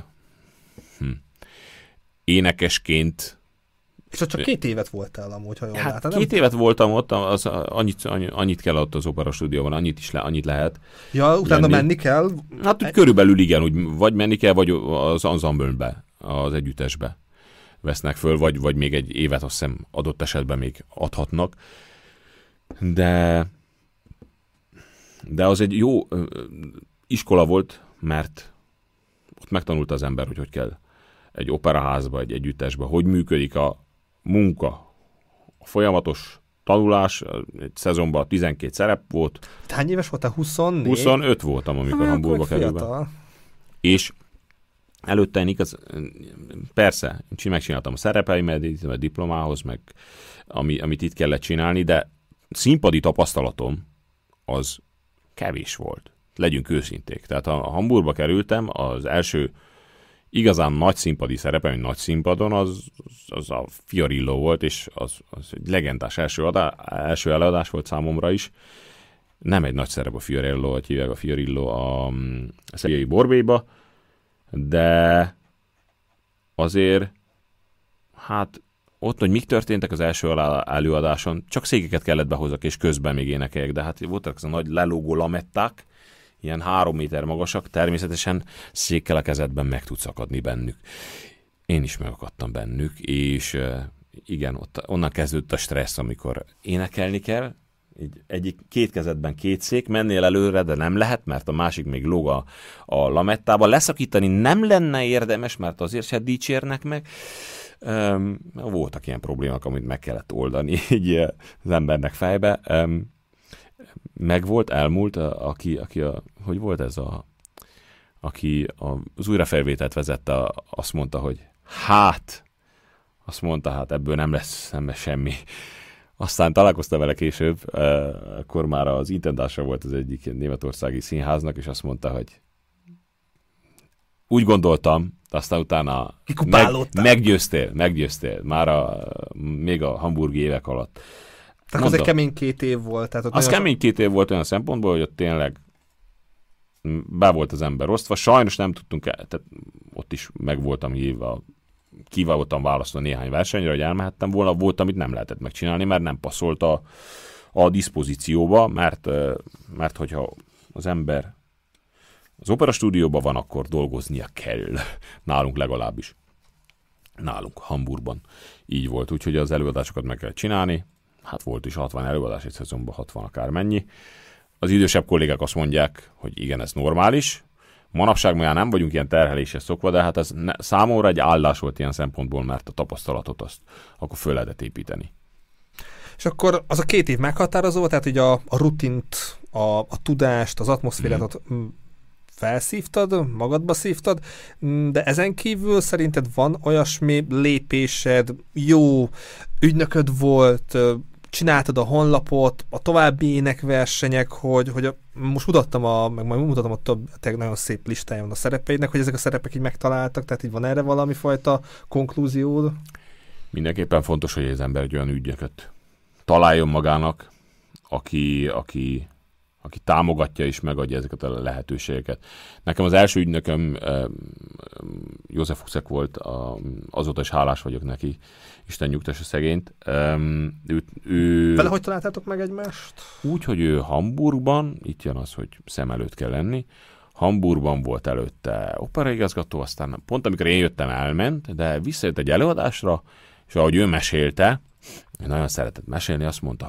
Speaker 2: énekesként.
Speaker 1: És ott csak 2 évet voltál amúgy, ha jól látom.
Speaker 2: 2 évet voltam ott, annyit kell ott az operastúdióban, annyit lehet.
Speaker 1: Ja, utána menni kell?
Speaker 2: Hát úgy körülbelül igen, úgy vagy menni kell, vagy az ensemble-be, az együttesbe vesznek föl, vagy még egy évet azt hiszem adott esetben még adhatnak. De az egy jó iskola volt, mert ott megtanulta az ember, hogy kell egy operaházba, egy együttesbe, hogy működik a munka, a folyamatos tanulás, egy szezonban 12 szerep volt.
Speaker 1: Hány éves voltál? 24?
Speaker 2: 25 voltam, amikor Hamburgba kerültem. És előtte persze, megcsináltam a szerepeimet, a diplomához, meg amit itt kellett csinálni, de színpadi tapasztalatom az kevés volt. Legyünk őszinték. Tehát ha Hamburgba kerültem, az első igazán nagy színpadi szerepem, nagy színpadon, az a Fiorillo volt, és az egy legendás első előadás volt számomra is. Nem egy nagy szerep a Fiorillo, hogy hívják a Fiorillo a Szegedi Borbélyba, de azért hát ott, hogy mik történtek az első előadáson, csak székeket kellett behozzak, és közben még énekeljek, de hát voltak az a nagy lelógó lametták, ilyen 3 méter magasak, természetesen székkel a kezedben meg tudsz akadni bennük. Én is megakadtam bennük, és igen, onnan kezdődött a stressz, amikor énekelni kell, így két kezedben két szék, mennél előre, de nem lehet, mert a másik még lóg a lamettába. Leszakítani nem lenne érdemes, mert azért se dicsérnek meg. Voltak ilyen problémák, amit meg kellett oldani így az embernek fejbe. Megvolt, elmúlt, hogy volt ez aki az újrafelvételt vezette, azt mondta, hogy ebből nem lesz semmi. Aztán találkoztam vele később, akkor már az intendása volt az egyik németországi színháznak, és azt mondta, hogy úgy gondoltam, aztán utána meggyőztél, már még a hamburgi évek alatt.
Speaker 1: Tehát az egy kemény 2 év volt. Tehát
Speaker 2: az kemény 2 év volt olyan szempontból, hogy ott tényleg be volt az ember osztva. Sajnos nem tudtunk el, tehát ott is meg voltam hívva, ki voltam választva néhány versenyre, hogy elmehettem volna, volt, amit nem lehetett megcsinálni, mert nem passzolt a diszpozícióba, mert hogyha az ember az operastúdióban van, akkor dolgoznia kell. Nálunk legalábbis. Nálunk, Hamburgban így volt, úgyhogy az előadásokat meg kell csinálni. Hát volt is 60 előadás egy szezonban, 60 akármennyi. Az idősebb kollégák azt mondják, hogy igen, ez normális. Manapság már nem vagyunk ilyen terheléshez szokva, de hát ez számomra egy áldás volt ilyen szempontból, mert a tapasztalatot azt akkor föl lehetett építeni.
Speaker 1: És akkor az a 2 év meghatározó, tehát így a rutint, a tudást, az atmoszférát felszívtad, magadba szívtad, de ezen kívül szerinted van olyasmi lépésed, jó ügynököd volt, csináltad a honlapot, a további énekversenyek, hogy most meg majd mutatom a több nagyon szép listája van a szerepeidnek, hogy ezek a szerepek így megtaláltak, tehát így van erre valami fajta konklúziód?
Speaker 2: Mindenképpen fontos, hogy az ember egy olyan ügynököt találjon magának, aki támogatja és megadja ezeket a lehetőségeket. Nekem az első ügynököm József Huszek volt, azóta is hálás vagyok neki, Isten nyugtassa szegényt.
Speaker 1: Vele hogy találtátok meg egymást?
Speaker 2: Úgy, hogy ő Hamburgban, itt jön az, hogy szem előtt kell lenni, Hamburgban volt előtte operaigazgató, aztán pont amikor én jöttem, elment, de visszajött egy előadásra, és ahogy ő mesélte, ő nagyon szeretett mesélni, azt mondta,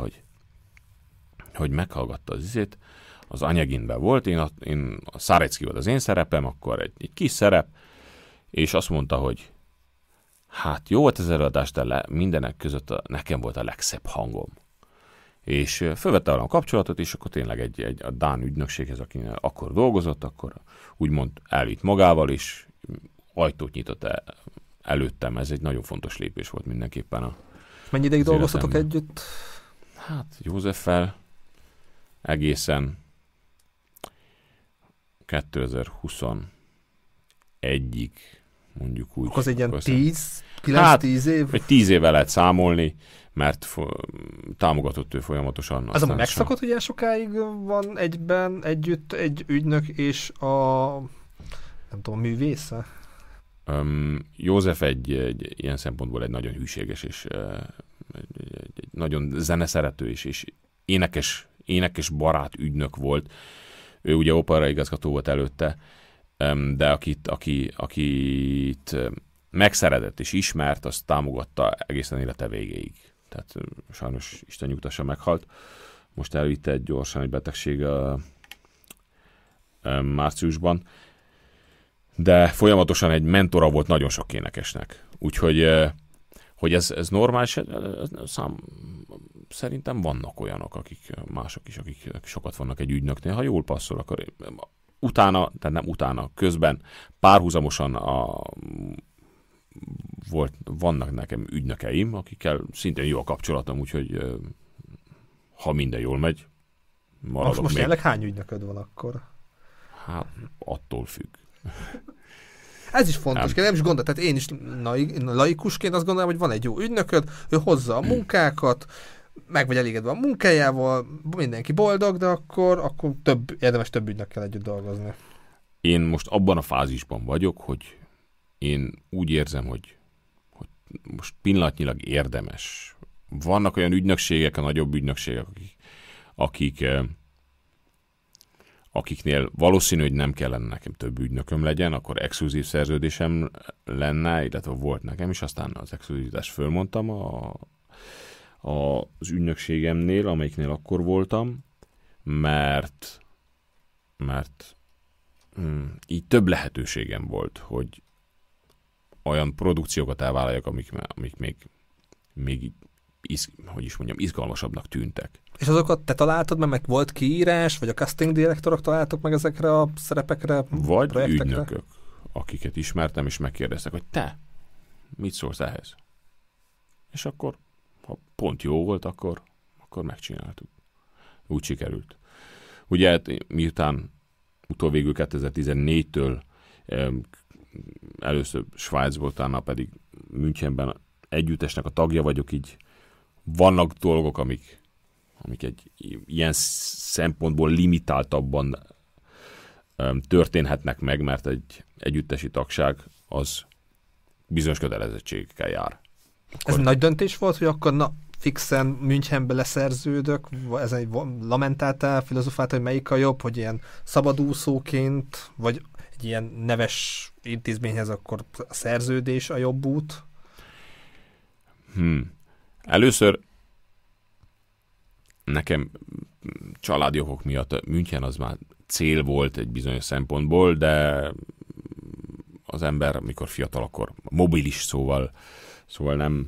Speaker 2: hogy meghallgatta az izét, az Anyaginben volt, én a Szárecki volt az én szerepem, akkor egy kis szerep, és azt mondta, hogy hát jó volt az előadás, de mindenek között nekem volt a legszebb hangom. És fölvette velem a kapcsolatot, és akkor tényleg a dán ügynökséghez, akinek akkor dolgozott, akkor úgymond elvitt magával, és ajtót nyitott előttem. Ez egy nagyon fontos lépés volt mindenképpen.
Speaker 1: Mennyi ideig dolgoztatok együtt?
Speaker 2: Hát Józseffel egészen 2021-ig, mondjuk úgy.
Speaker 1: Akkor az egy ilyen 9-10 év?
Speaker 2: Vagy 10 éve lehet számolni, mert támogatott ő folyamatosan.
Speaker 1: Az, ami megszakadt, hogy ilyen sokáig van együtt egy ügynök és nem tudom, művésze?
Speaker 2: József egy ilyen szempontból egy nagyon hűséges és egy nagyon zeneszerető és énekes barát ügynök volt. Ő ugye operaigazgató volt előtte, de akit megszeretett és ismert, azt támogatta egészen élete végéig. Tehát sajnos Isten nyugtassa, meghalt. Most elvitte gyorsan egy betegség márciusban, de folyamatosan egy mentora volt nagyon sok énekesnek. Úgyhogy hogy ez normális, szerintem vannak olyanok, mások is, akik sokat vannak egy ügynöknél. Ha jól passzol, akkor közben párhuzamosan vannak nekem ügynökeim, akikkel szintén jó a kapcsolatom, úgyhogy ha minden jól megy, maradok.
Speaker 1: Most tényleg hány ügynököd van akkor?
Speaker 2: Hát, attól függ.
Speaker 1: Ez is fontos, nem is gondolom, tehát én is laikusként azt gondolom, hogy van egy jó ügynököd, ő hozza a munkákat, meg vagy elégedve a munkájával, mindenki boldog, de akkor érdemes több ügynökkel együtt dolgozni.
Speaker 2: Én most abban a fázisban vagyok, hogy én úgy érzem, hogy most pillanatnyilag érdemes. Vannak olyan ügynökségek, a nagyobb ügynökségek, akiknél valószínű, hogy nem kellene nekem több ügynököm legyen, akkor exkluzív szerződésem lenne, illetve volt nekem is, aztán az exkluzivitást fölmondtam a az ügynökségemnél, amelyiknél akkor voltam, mert így több lehetőségem volt, hogy olyan produkciókat elvállaljak, amik még izgalmasabbnak tűntek.
Speaker 1: És azokat te találtad meg volt kiírás, vagy a casting direktorok találtak meg ezekre a szerepekre,
Speaker 2: vagy
Speaker 1: projektekre?
Speaker 2: ügynökök, akiket ismertem, és megkérdeztek, hogy te, mit szólsz ehhez? És akkor, ha pont jó volt, akkor megcsináltuk. Úgy sikerült. Ugye hát, miután utolvégül 2014-től először Svájcból, utána pedig Münchenben együttesnek a tagja vagyok, így vannak dolgok, amik egy ilyen szempontból limitáltabban történhetnek meg, mert egy együttesi tagság az bizonyos kötelezettségekkel jár.
Speaker 1: Ez nagy döntés volt, hogy akkor fixen Münchenbe leszerződök, ez egy lamentáltál, filozofáltál, hogy melyik a jobb, hogy ilyen szabadúszóként, vagy egy ilyen neves intézményhez akkor a szerződés a jobb út?
Speaker 2: Először nekem családi okok miatt München az már cél volt egy bizonyos szempontból, de az ember, mikor fiatal, akkor mobilis, szóval nem.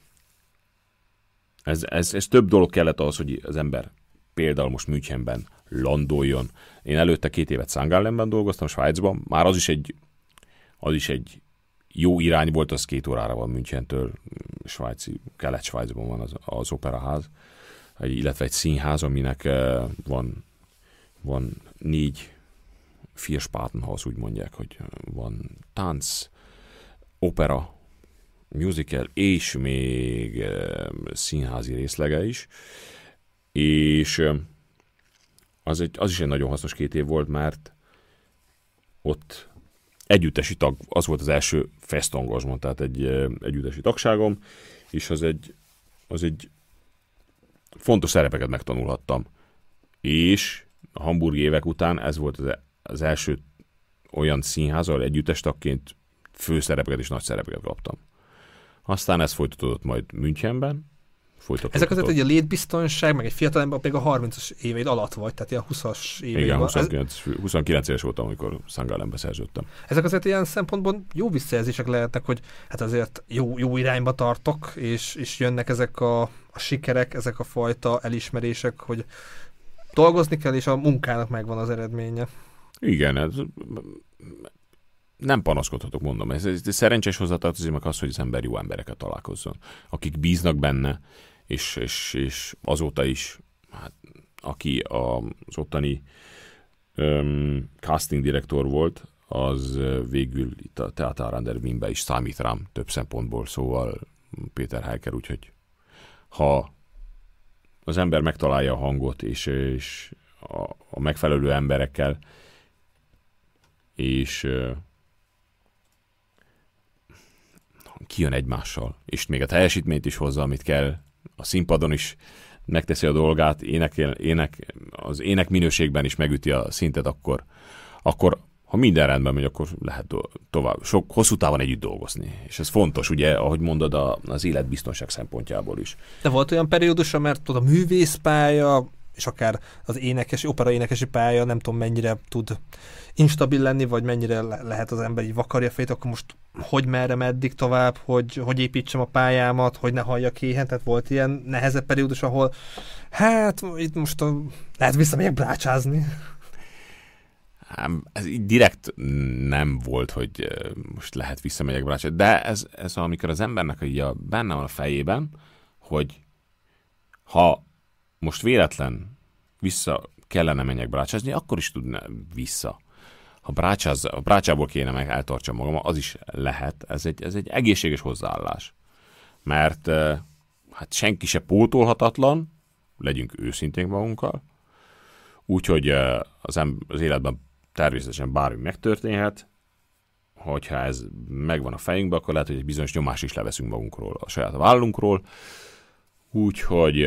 Speaker 2: Ez több dolog kellett ahhoz, hogy az ember például most Münchenben landoljon. Én előtte 2 évet St. Gallenben dolgoztam, Svájcban. Már az is egy jó irány volt, az 2 órára van Münchentől, Kelet-Svájcban van az operaház, illetve egy színház, aminek van 4 Vierspartenhaus, úgy mondják, hogy van tánc, opera, musical, és még színházi részlege is. És az is egy nagyon hasznos 2 év volt, mert ott együttesi tag, az volt az első festengagement, tehát egy együttesi tagságom, és az egy fontos szerepeket megtanulhattam. És a hamburgi évek után ez volt az első olyan színház, ahol együttes tagként főszerepeket és nagy szerepeket kaptam. Aztán ez folytatódott majd Münchenben.
Speaker 1: Ezek azért egy létbiztonság, meg egy fiatalember még a 30-as éveid alatt vagy, tehát ilyen 20-as éveid.
Speaker 2: Igen, 29 éves voltam, amikor St. Gallenbe szerződtem.
Speaker 1: Ezek azért ilyen szempontból jó visszajelzések lehetnek, hogy hát azért jó irányba tartok, és jönnek ezek a sikerek, ezek a fajta elismerések, hogy dolgozni kell, és a munkának megvan az eredménye.
Speaker 2: Igen, nem panaszkodhatok, mondom. Ez szerencsés hozzátartozik meg az, hogy az ember jó embereket találkozzon, akik bíznak benne, és azóta is, hát, aki az ottani casting direktor volt, az végül itt a Theater an der Wien-ben is számít rám több szempontból, szóval Péter Heiker, úgyhogy ha az ember megtalálja a hangot, és a megfelelő emberekkel, és kijön egymással, és még a teljesítményt is hozza, amit kell, a színpadon is megteszi a dolgát, az ének minőségben is megüti a szintet, akkor ha minden rendben megy, akkor lehet tovább, hosszú távon együtt dolgozni. És ez fontos, ugye, ahogy mondod, az életbiztonság szempontjából is.
Speaker 1: De volt olyan periódus, mert a művészpálya, és akár az operaénekesi pálya, nem tudom mennyire tud instabil lenni, vagy mennyire lehet az ember így vakarja fejét, akkor most merre, meddig tovább, hogy építsem a pályámat, hogy ne halljak éhen, tehát volt ilyen nehezebb periódus, ahol hát itt most lehet visszamegyek brácsázni.
Speaker 2: Ez így direkt nem volt, hogy most lehet visszamegyek brácsázni, de ez amikor az embernek így benne van a fejében, hogy ha most véletlen vissza kellene menjek brácsázni, akkor is tudna vissza. Ha brácsából kéne meg eltartsam magam, az is lehet. Ez egy egészséges hozzáállás. Mert hát senki se pótolhatatlan, legyünk őszinték magunkkal, úgyhogy az életben természetesen bármi megtörténhet, hogyha ez megvan a fejünkben, akkor lehet, hogy egy bizonyos nyomást is leveszünk magunkról, a saját vállunkról, úgyhogy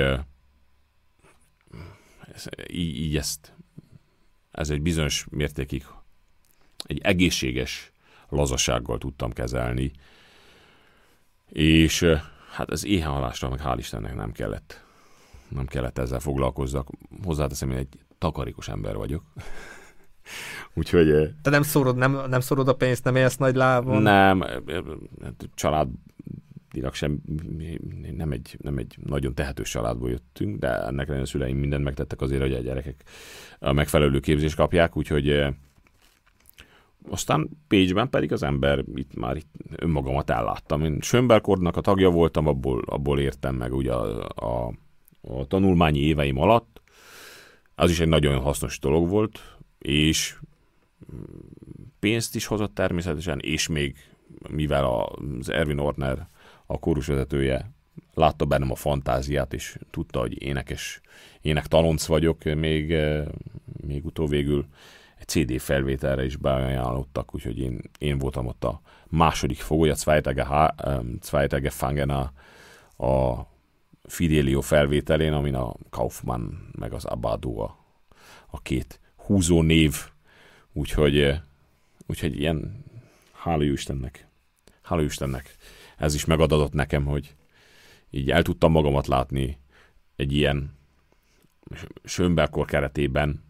Speaker 2: ez egy bizonyos mértékig egy egészséges lazasággal tudtam kezelni, és Hát az éhenhalásra meg hál' Istennek nem kellett ezzel foglalkozzak. Hozzáteszem, én egy takarékos ember vagyok. Úgyhogy...
Speaker 1: Te nem szórod a pénzt, nem élsz nagy lábon?
Speaker 2: Nem, családilag sem, nem egy nagyon tehetős családból jöttünk, de ennek ellenére a szüleim mindent megtettek azért, hogy a gyerekek a megfelelő képzést kapják, úgyhogy aztán Pécsben pedig az ember itt önmagamat elláttam. Én Schönbergkordnak a tagja voltam, abból értem meg ugye a tanulmányi éveim alatt. Az is egy nagyon hasznos dolog volt, és pénzt is hozott természetesen, és még mivel az Erwin Ortner, a kórusvezetője látta bennem a fantáziát, és tudta, hogy énektalonc vagyok, még utóvégül egy CD felvételre is beajánlottak, úgyhogy én voltam ott a második fogója, Zweite Gefangen a Fidelio felvételén, amin a Kaufmann meg az Abado a két húzó név, úgyhogy ilyen hála jó Istennek ez is megadatott nekem, hogy így el tudtam magamat látni egy ilyen Schönbergkor keretében,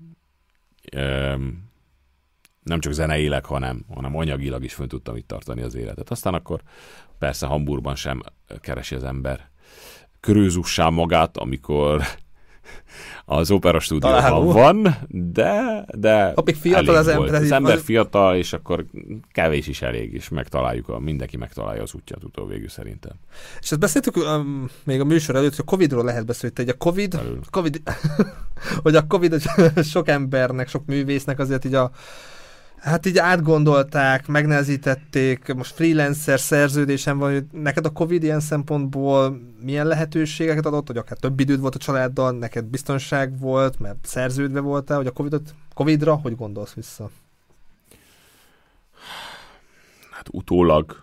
Speaker 2: nem csak zeneileg, hanem anyagilag is fönn tudtam itt tartani az életet. Aztán akkor persze Hamburgban sem keresi az ember körülzussá magát, amikor az operastúdióban van, de
Speaker 1: apig fiatal az ember.
Speaker 2: Az ember fiatal, és akkor kevés is elég, és mindenki megtalálja az útját utóvégül szerintem. És
Speaker 1: ezt beszéltük még a műsor előtt, hogy a Covid-ról lehet beszélni, hogy a Covid hogy a Covid sok embernek, sok művésznek azért így így átgondolták, megnehezítették, most freelancer szerződésem van, hogy neked a Covid ilyen szempontból milyen lehetőségeket adott, hogy akár több időd volt a családdal, neked biztonság volt, mert szerződve voltál, hogy a Covidra hogy gondolsz vissza?
Speaker 2: Hát utólag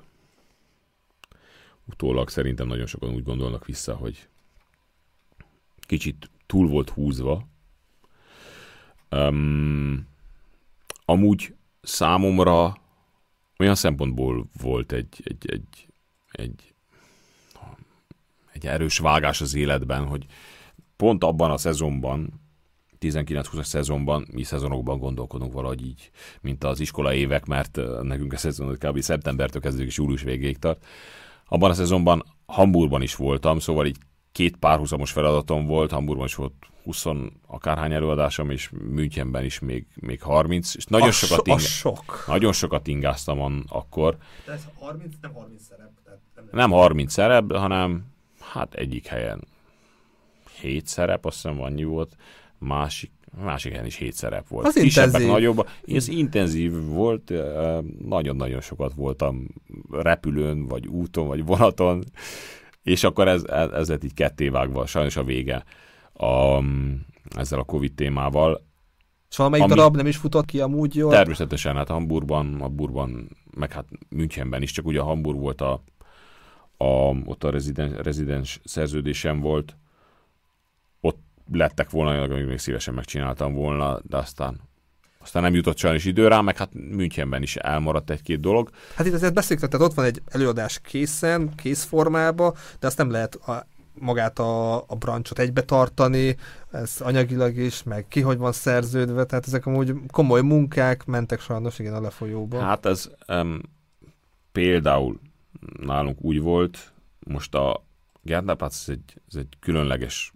Speaker 2: szerintem nagyon sokan úgy gondolnak vissza, hogy kicsit túl volt húzva. Amúgy számomra olyan szempontból volt egy erős vágás az életben, hogy pont abban a szezonban, 19-20-as szezonban, mi szezonokban gondolkodunk valahogy így, mint az iskola évek, mert nekünk a szezon kb. Szeptembertől kezdődik és július végéig tart. Abban a szezonban Hamburgban is voltam, szóval így 2 párhuzamos feladatom volt, Hamburgban is volt 20 akárhány előadásom, és Münchenben is még 30, és nagyon sokat ingáztam akkor.
Speaker 1: De ez 30, nem 30 szerep?
Speaker 2: Nem 30 szerep, hanem hát egyik helyen 7 szerep, azt hiszem annyi volt, másik helyen is 7 szerep volt.
Speaker 1: Az kisebbek,
Speaker 2: nagyobb. Ez intenzív volt, nagyon-nagyon sokat voltam repülőn, vagy úton, vagy vonaton, és akkor ez lett így kettévágva, sajnos a vége ezzel a Covid témával.
Speaker 1: És valamelyik darab nem is futott ki amúgy jól?
Speaker 2: Természetesen, hát Hamburgban, meg hát Münchenben is, csak ugye Hamburg volt ott a rezidens szerződésem volt, ott lettek volna, amíg még szívesen megcsináltam volna, de aztán nem jutott sajnos idő rá, meg hát Münchenben is elmaradt egy-két dolog.
Speaker 1: Hát itt azért beszéltük, tehát ott van egy előadás kész formában, de azt nem lehet magát a branchot egybe tartani, ez anyagilag is, meg ki hogy van szerződve, tehát ezek amúgy komoly munkák mentek sajnos, igen, a lefolyóba.
Speaker 2: Hát ez például nálunk úgy volt, most a Gärtnerplatz ez egy különleges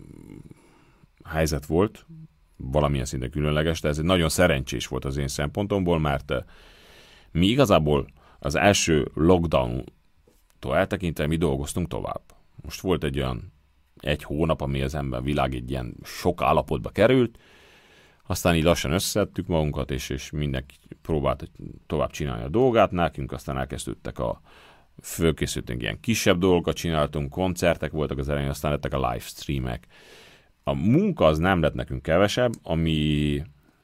Speaker 2: helyzet volt, valamilyen szinten különleges, de ez egy nagyon szerencsés volt az én szempontomból, mert mi igazából az első lockdown-tól eltekintve mi dolgoztunk tovább. Most volt egy olyan 1 hónap, ami az ember világ egy ilyen sok állapotba került, aztán így lassan összeszedtük magunkat, és mindenki próbált tovább csinálni a dolgát, nekünk aztán elkezdődtek fölkészültünk ilyen kisebb dolgokat, csináltunk, koncertek voltak az elején, aztán lettek a livestreamek. A munka az nem lett nekünk kevesebb, ami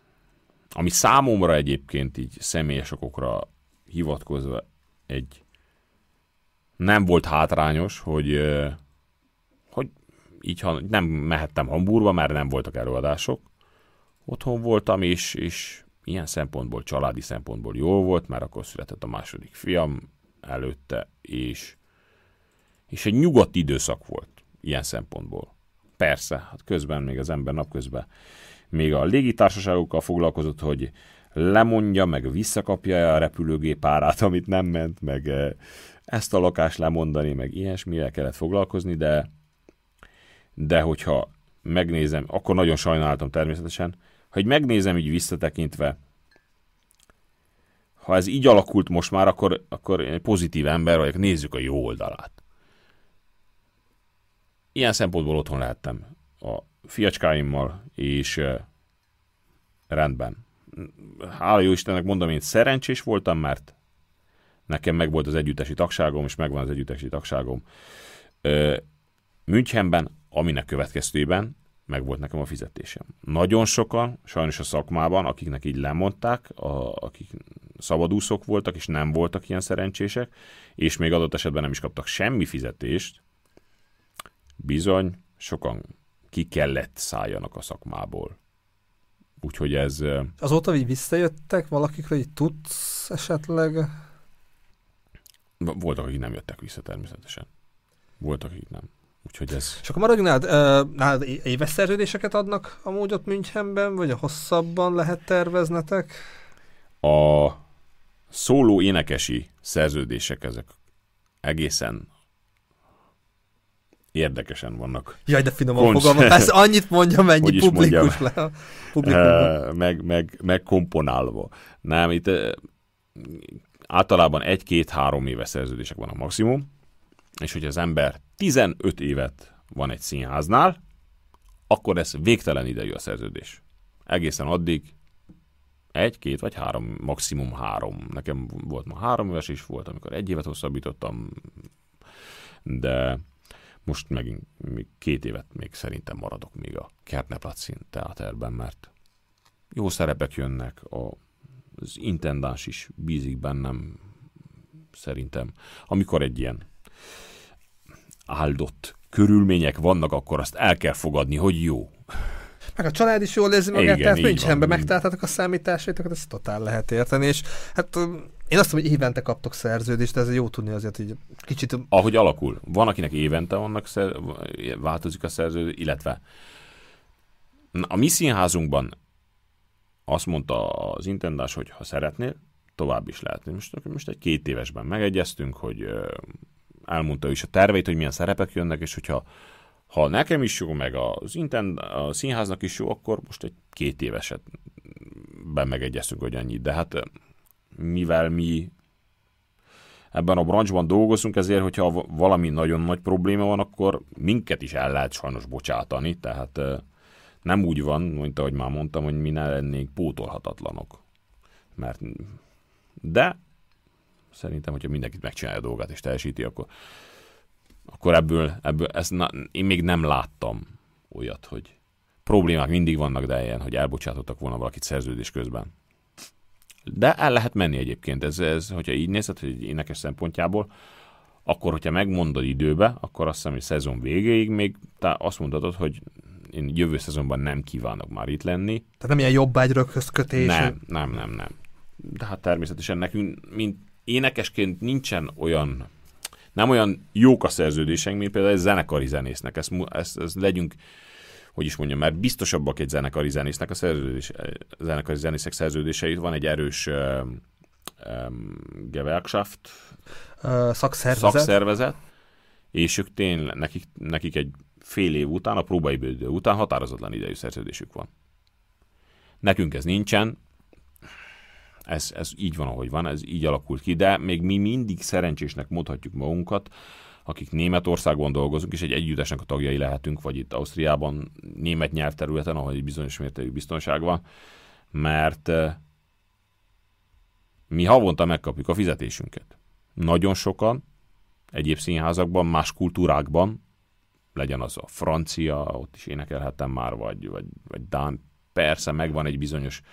Speaker 2: számomra egyébként így személyes okokra hivatkozva nem volt hátrányos, hogy így nem mehettem Hamburgba, mert nem voltak előadások. Otthon voltam, és ilyen szempontból, családi szempontból jól volt, mert akkor született a második fiam előtte, és És egy nyugodt időszak volt ilyen szempontból. Persze, hát közben még az ember napközben még a légitársaságokkal foglalkozott, hogy lemondja, meg visszakapja a repülőgép árát, amit nem ment, meg ezt a lakást lemondani, meg ilyesmivel kellett foglalkozni, de hogyha megnézem, akkor nagyon sajnáltam természetesen, ha így megnézem így visszatekintve, ha ez így alakult most már, akkor egy pozitív ember vagyok, nézzük a jó oldalát. Ilyen szempontból otthon lehettem a fiacskáimmal, és rendben. Hála jó Istennek mondom, én szerencsés voltam, mert nekem megvolt az együttesi tagságom, és megvan az együttesi tagságom Münchenben, aminek következtében megvolt nekem a fizetésem. Nagyon sokan, sajnos a szakmában, akiknek így lemondták, akik szabadúszók voltak, és nem voltak ilyen szerencsések, és még adott esetben nem is kaptak semmi fizetést, bizony, sokan ki kellett szálljanak a szakmából. Úgyhogy ez...
Speaker 1: Azóta így visszajöttek valakikről, így tudsz esetleg?
Speaker 2: Voltak, akik nem jöttek vissza természetesen. Voltak, akik nem. Úgyhogy ez...
Speaker 1: És akkor maradjunk nálad éves szerződéseket adnak amúgy ott Münchenben, vagy a hosszabban lehet terveznetek?
Speaker 2: A szóló énekesi szerződések ezek egészen érdekesen vannak.
Speaker 1: Jaj, de finoman fogalmaz. Ez annyit mondja, mennyi publikus le.
Speaker 2: Meg komponálva. Nem, itt általában 1-2-3 éves szerződések van a maximum, és hogyha az ember 15 évet van egy színháznál, akkor ez végtelen idejű a szerződés. Egészen addig 1, 2 vagy 3, maximum 3. Nekem volt ma 3 éves is volt, amikor 1 évet hosszabbítottam, de most megint még 2 évet még szerintem maradok még a Kärntner-Platzin teáterben, mert jó szerepek jönnek, az intendáns is bízik bennem, szerintem. Amikor egy ilyen áldott körülmények vannak, akkor azt el kell fogadni, hogy jó.
Speaker 1: Meg a család is jól érzi magát,
Speaker 2: igen,
Speaker 1: tehát Münchenben megtaláltátok a számításaitokat, ezt totál lehet érteni, és hát én azt mondom, hogy évente kaptok szerződést, de ez jó tudni azért, hogy kicsit...
Speaker 2: Ahogy alakul. Van, akinek évente változik a szerződés, illetve a mi színházunkban azt mondta az intendás, hogy ha szeretnél, tovább is lehet. Most egy 2 évesben megegyeztünk, hogy elmondta ő is a terveit, hogy milyen szerepek jönnek, és hogyha nekem is jó, meg a színháznak is jó, akkor most egy 2 évesetben megegyeztünk, hogy annyit. De hát mivel mi ebben a branchban dolgozunk, ezért, hogyha valami nagyon nagy probléma van, akkor minket is el lehet sajnos bocsátani, tehát nem úgy van, mint ahogy már mondtam, hogy mi ne lennénk pótolhatatlanok. De szerintem, hogyha mindenkit megcsinálja a dolgát és teljesíti, akkor ebből én még nem láttam olyat, hogy problémák mindig vannak, de ilyen, hogy elbocsátottak volna valakit szerződés közben. De el lehet menni egyébként. Ez hogyha így nézed, hogy egy énekes szempontjából, akkor, hogyha megmondod időbe, akkor azt hiszem, hogy szezon végéig még azt mondhatod, hogy én jövő szezonban nem kívánok már itt lenni.
Speaker 1: Tehát nem ilyen jobbágyrökhöz kötés?
Speaker 2: Nem. De hát természetesen nekünk, mint énekesként nincsen nem olyan jók a szerződéseink, mint például egy zenekari zenésznek. Ezt legyünk, hogy is mondjam, mert biztosabbak egy zenekari zenésznek a zenekari zenészek szerződéseit. Van egy erős Gewerkschaft, szakszervezet, és ők tényleg, nekik egy fél év után, a próbaidő után határozatlan idejű szerződésük van. Nekünk ez nincsen, ez így van, ahogy van, ez így alakult ki, de még mi mindig szerencsésnek mondhatjuk magunkat, akik Németországban dolgozunk, és egy együttesnek a tagjai lehetünk, vagy itt Ausztriában, német nyelvterületen, ahol egy bizonyos mértékű biztonság van, mert mi havonta megkapjuk a fizetésünket. Nagyon sokan, egyéb színházakban, más kultúrákban, legyen az a francia, ott is énekelhettem már, vagy dán, persze megvan egy bizonyos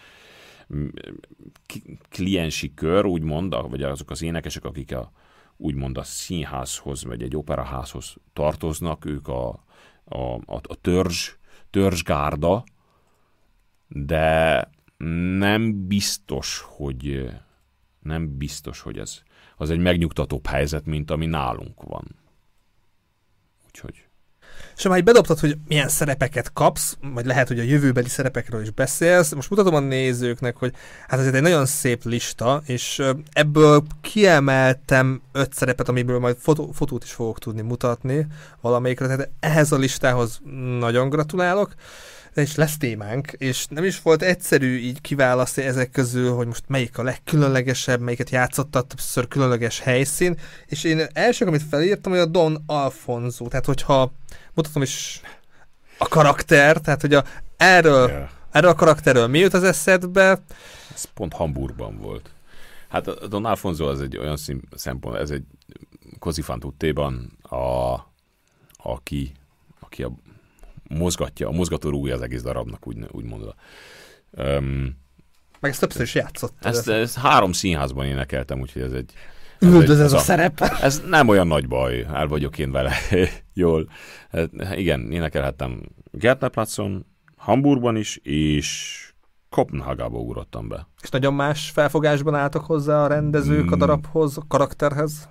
Speaker 2: kliensi kör, úgymond, vagy azok az énekesek, akik úgymond a színházhoz, vagy egy operaházhoz tartoznak, ők a törzsgárda, de nem biztos, hogy ez az egy megnyugtatóbb helyzet, mint ami nálunk van. úgyhogy...
Speaker 1: És ha már így bedobtad, hogy milyen szerepeket kapsz, vagy lehet, hogy a jövőbeli szerepekről is beszélsz, most mutatom a nézőknek, hogy hát ez egy nagyon szép lista, és ebből kiemeltem 5 szerepet, amiből majd fotót is fogok tudni mutatni valamelyikre, tehát ehhez a listához nagyon gratulálok, és lesz témánk, és nem is volt egyszerű így kiválasztani ezek közül, hogy most melyik a legkülönlegesebb, melyiket játszottad, többször különleges helyszín, és én első, amit felírtam, hogy a Don Alfonso, tehát hogyha mutatom is a karakter, tehát hogy erről a karakterről mi jut az eszedbe?
Speaker 2: Ez pont Hamburgban volt. Hát a Don Alfonso az egy olyan szempont, ez egy Così fan tuttéban, aki a mozgatja, a mozgató rúgja az egész darabnak, úgy mondva.
Speaker 1: Meg ezt többször is játszott.
Speaker 2: Ezt 3 színházban énekeltem, úgyhogy ez egy...
Speaker 1: Ez a szerep.
Speaker 2: Ez nem olyan nagy baj, el vagyok én vele jól. Igen, énekelhettem Gärtnerplatzon, Hamburgban is, és Kopenhágába ugrottam be.
Speaker 1: És nagyon más felfogásban álltak hozzá a rendezők a darabhoz, a karakterhez?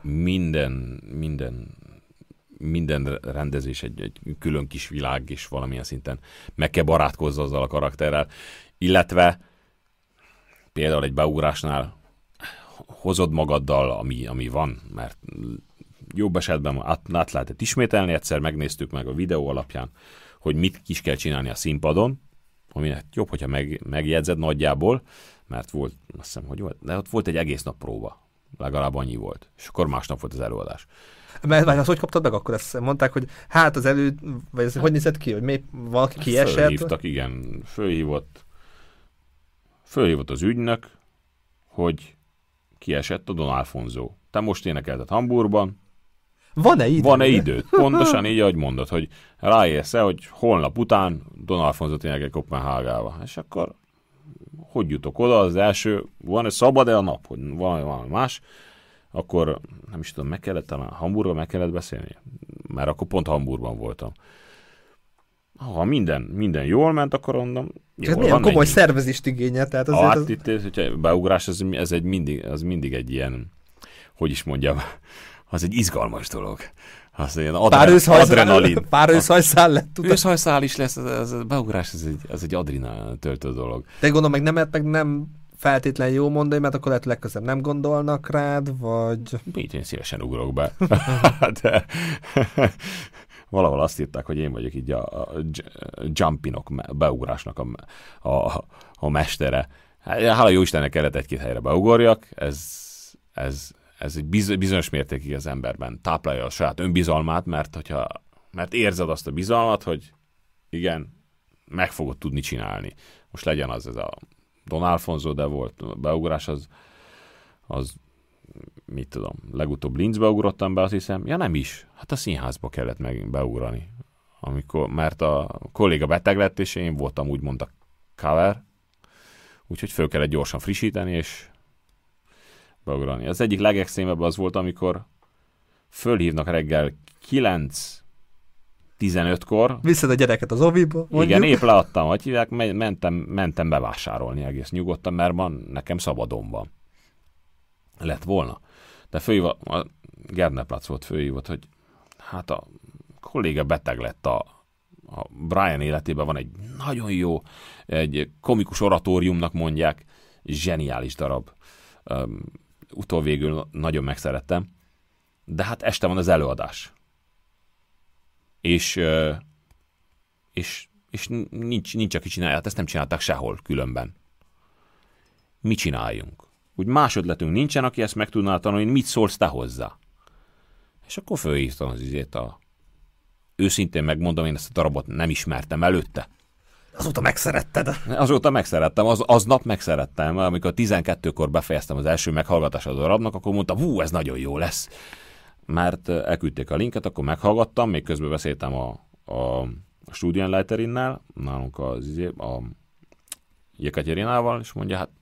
Speaker 2: Minden rendezés egy külön kis világ, és valamilyen szinten meg kell barátkozni azzal a karakterrel. Illetve például egy beugrásnál hozod magaddal, ami van, mert jobb esetben át lehetett ismételni, egyszer megnéztük meg a videó alapján, hogy mit is kell csinálni a színpadon, ami jobb, hogyha megjegyzed nagyjából, mert volt, azt hiszem, hogy volt, de ott volt egy egész nap próba, legalább annyi volt, és akkor másnap volt az előadás.
Speaker 1: Mert azt hogy kaptad meg, akkor ezt mondták, hogy hát az vagy ez hogy nézett ki, hogy valaki kiesett?
Speaker 2: Fölhívtak, igen, fölhívott az ügynök, hogy kiesett a Don Alfonso. Te most énekelted Hamburgban.
Speaker 1: Van-e időd?
Speaker 2: Van-e időd? Pontosan így, ahogy mondod, hogy ráérsz-e, hogy holnap után Don Alfonso-t énekel Kopenhágába. És akkor hogy jutok oda? Az első, van-e szabad-e a nap, hogy valami más? Akkor nem is tudom, Hamburgban meg kellett beszélni? Mert akkor pont Hamburgban voltam. Ha minden jól ment, akkor mondom,
Speaker 1: ez milyen komoly szervezést igényel. Tehát
Speaker 2: azért hogyha beugrás, az mindig egy ilyen, hogy is mondjam, az egy izgalmas dolog. Az ilyen adrenalin.
Speaker 1: Pár őszhajszál lett.
Speaker 2: Őszhajszál is lesz, a beugrás, ez egy adrenalin töltő dolog.
Speaker 1: De gondolom, nem feltétlen jó mondani, mert akkor lehet legközelebb nem gondolnak rád, vagy...
Speaker 2: Én szívesen ugrok be. De valahol azt írták, hogy én vagyok így a jumpinok, beugrásnak a mestere. Hála jó Istennek kellett egy-két helyre beugorjak, ez egy bizonyos mértékig az emberben táplálja a saját önbizalmát, mert érzed azt a bizalmat, hogy igen, meg fogod tudni csinálni. Most legyen az ez a Don Alfonso, de volt a beugrás, az mit tudom, legutóbb Linzbe ugrottam be, azt hiszem, ja nem is, hát a színházba kellett megint beugrani. Mert a kolléga beteg lett, és én voltam úgymond a cover, úgyhogy föl kellett gyorsan frissíteni, és beugrani. Az egyik legextrémebb az volt, amikor fölhívnak reggel 9:15-kor.
Speaker 1: Visszed a gyereket az oviba, mondjuk.
Speaker 2: Igen, épp leadtam, hogy hívják, mentem bevásárolni egész nyugodtan, mert nekem szabadon van. Lett volna. De fölhívott, a Gärtnerplatz volt fölhívott, hogy hát a kolléga beteg lett, a Brian életében van egy nagyon jó, egy komikus oratóriumnak mondják, zseniális darab. Utóvégül nagyon megszerettem. De hát este van az előadás. És nincs aki csinálja, hát ezt nem csinálták sehol különben. Mi csináljunk? Úgy más ötletünk nincsen, aki ezt meg tudná tanulni, mit szólsz te hozzá? És akkor fölhívtam az izét őszintén megmondom, én ezt a darabot nem ismertem előtte.
Speaker 1: Azóta megszeretted?
Speaker 2: Azóta megszerettem, aznap megszerettem. Amikor 12-kor befejeztem az első meghallgatását a darabnak, akkor mondtam, ez nagyon jó lesz. Mert elküldték a linket, akkor meghallgattam, még közben beszéltem a Studienleiterinnel, nálunk a Jekatyerinával, és mondja, hát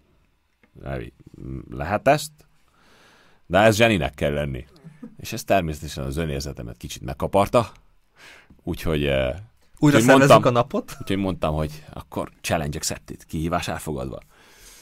Speaker 2: lehet ezt, de ez zseninek kell lenni. És ez természetesen az önérzetemet kicsit megkaparta, úgyhogy
Speaker 1: újra szervezzük a napot.
Speaker 2: Úgyhogy mondtam, hogy akkor challenge accepted, kihívás elfogadva.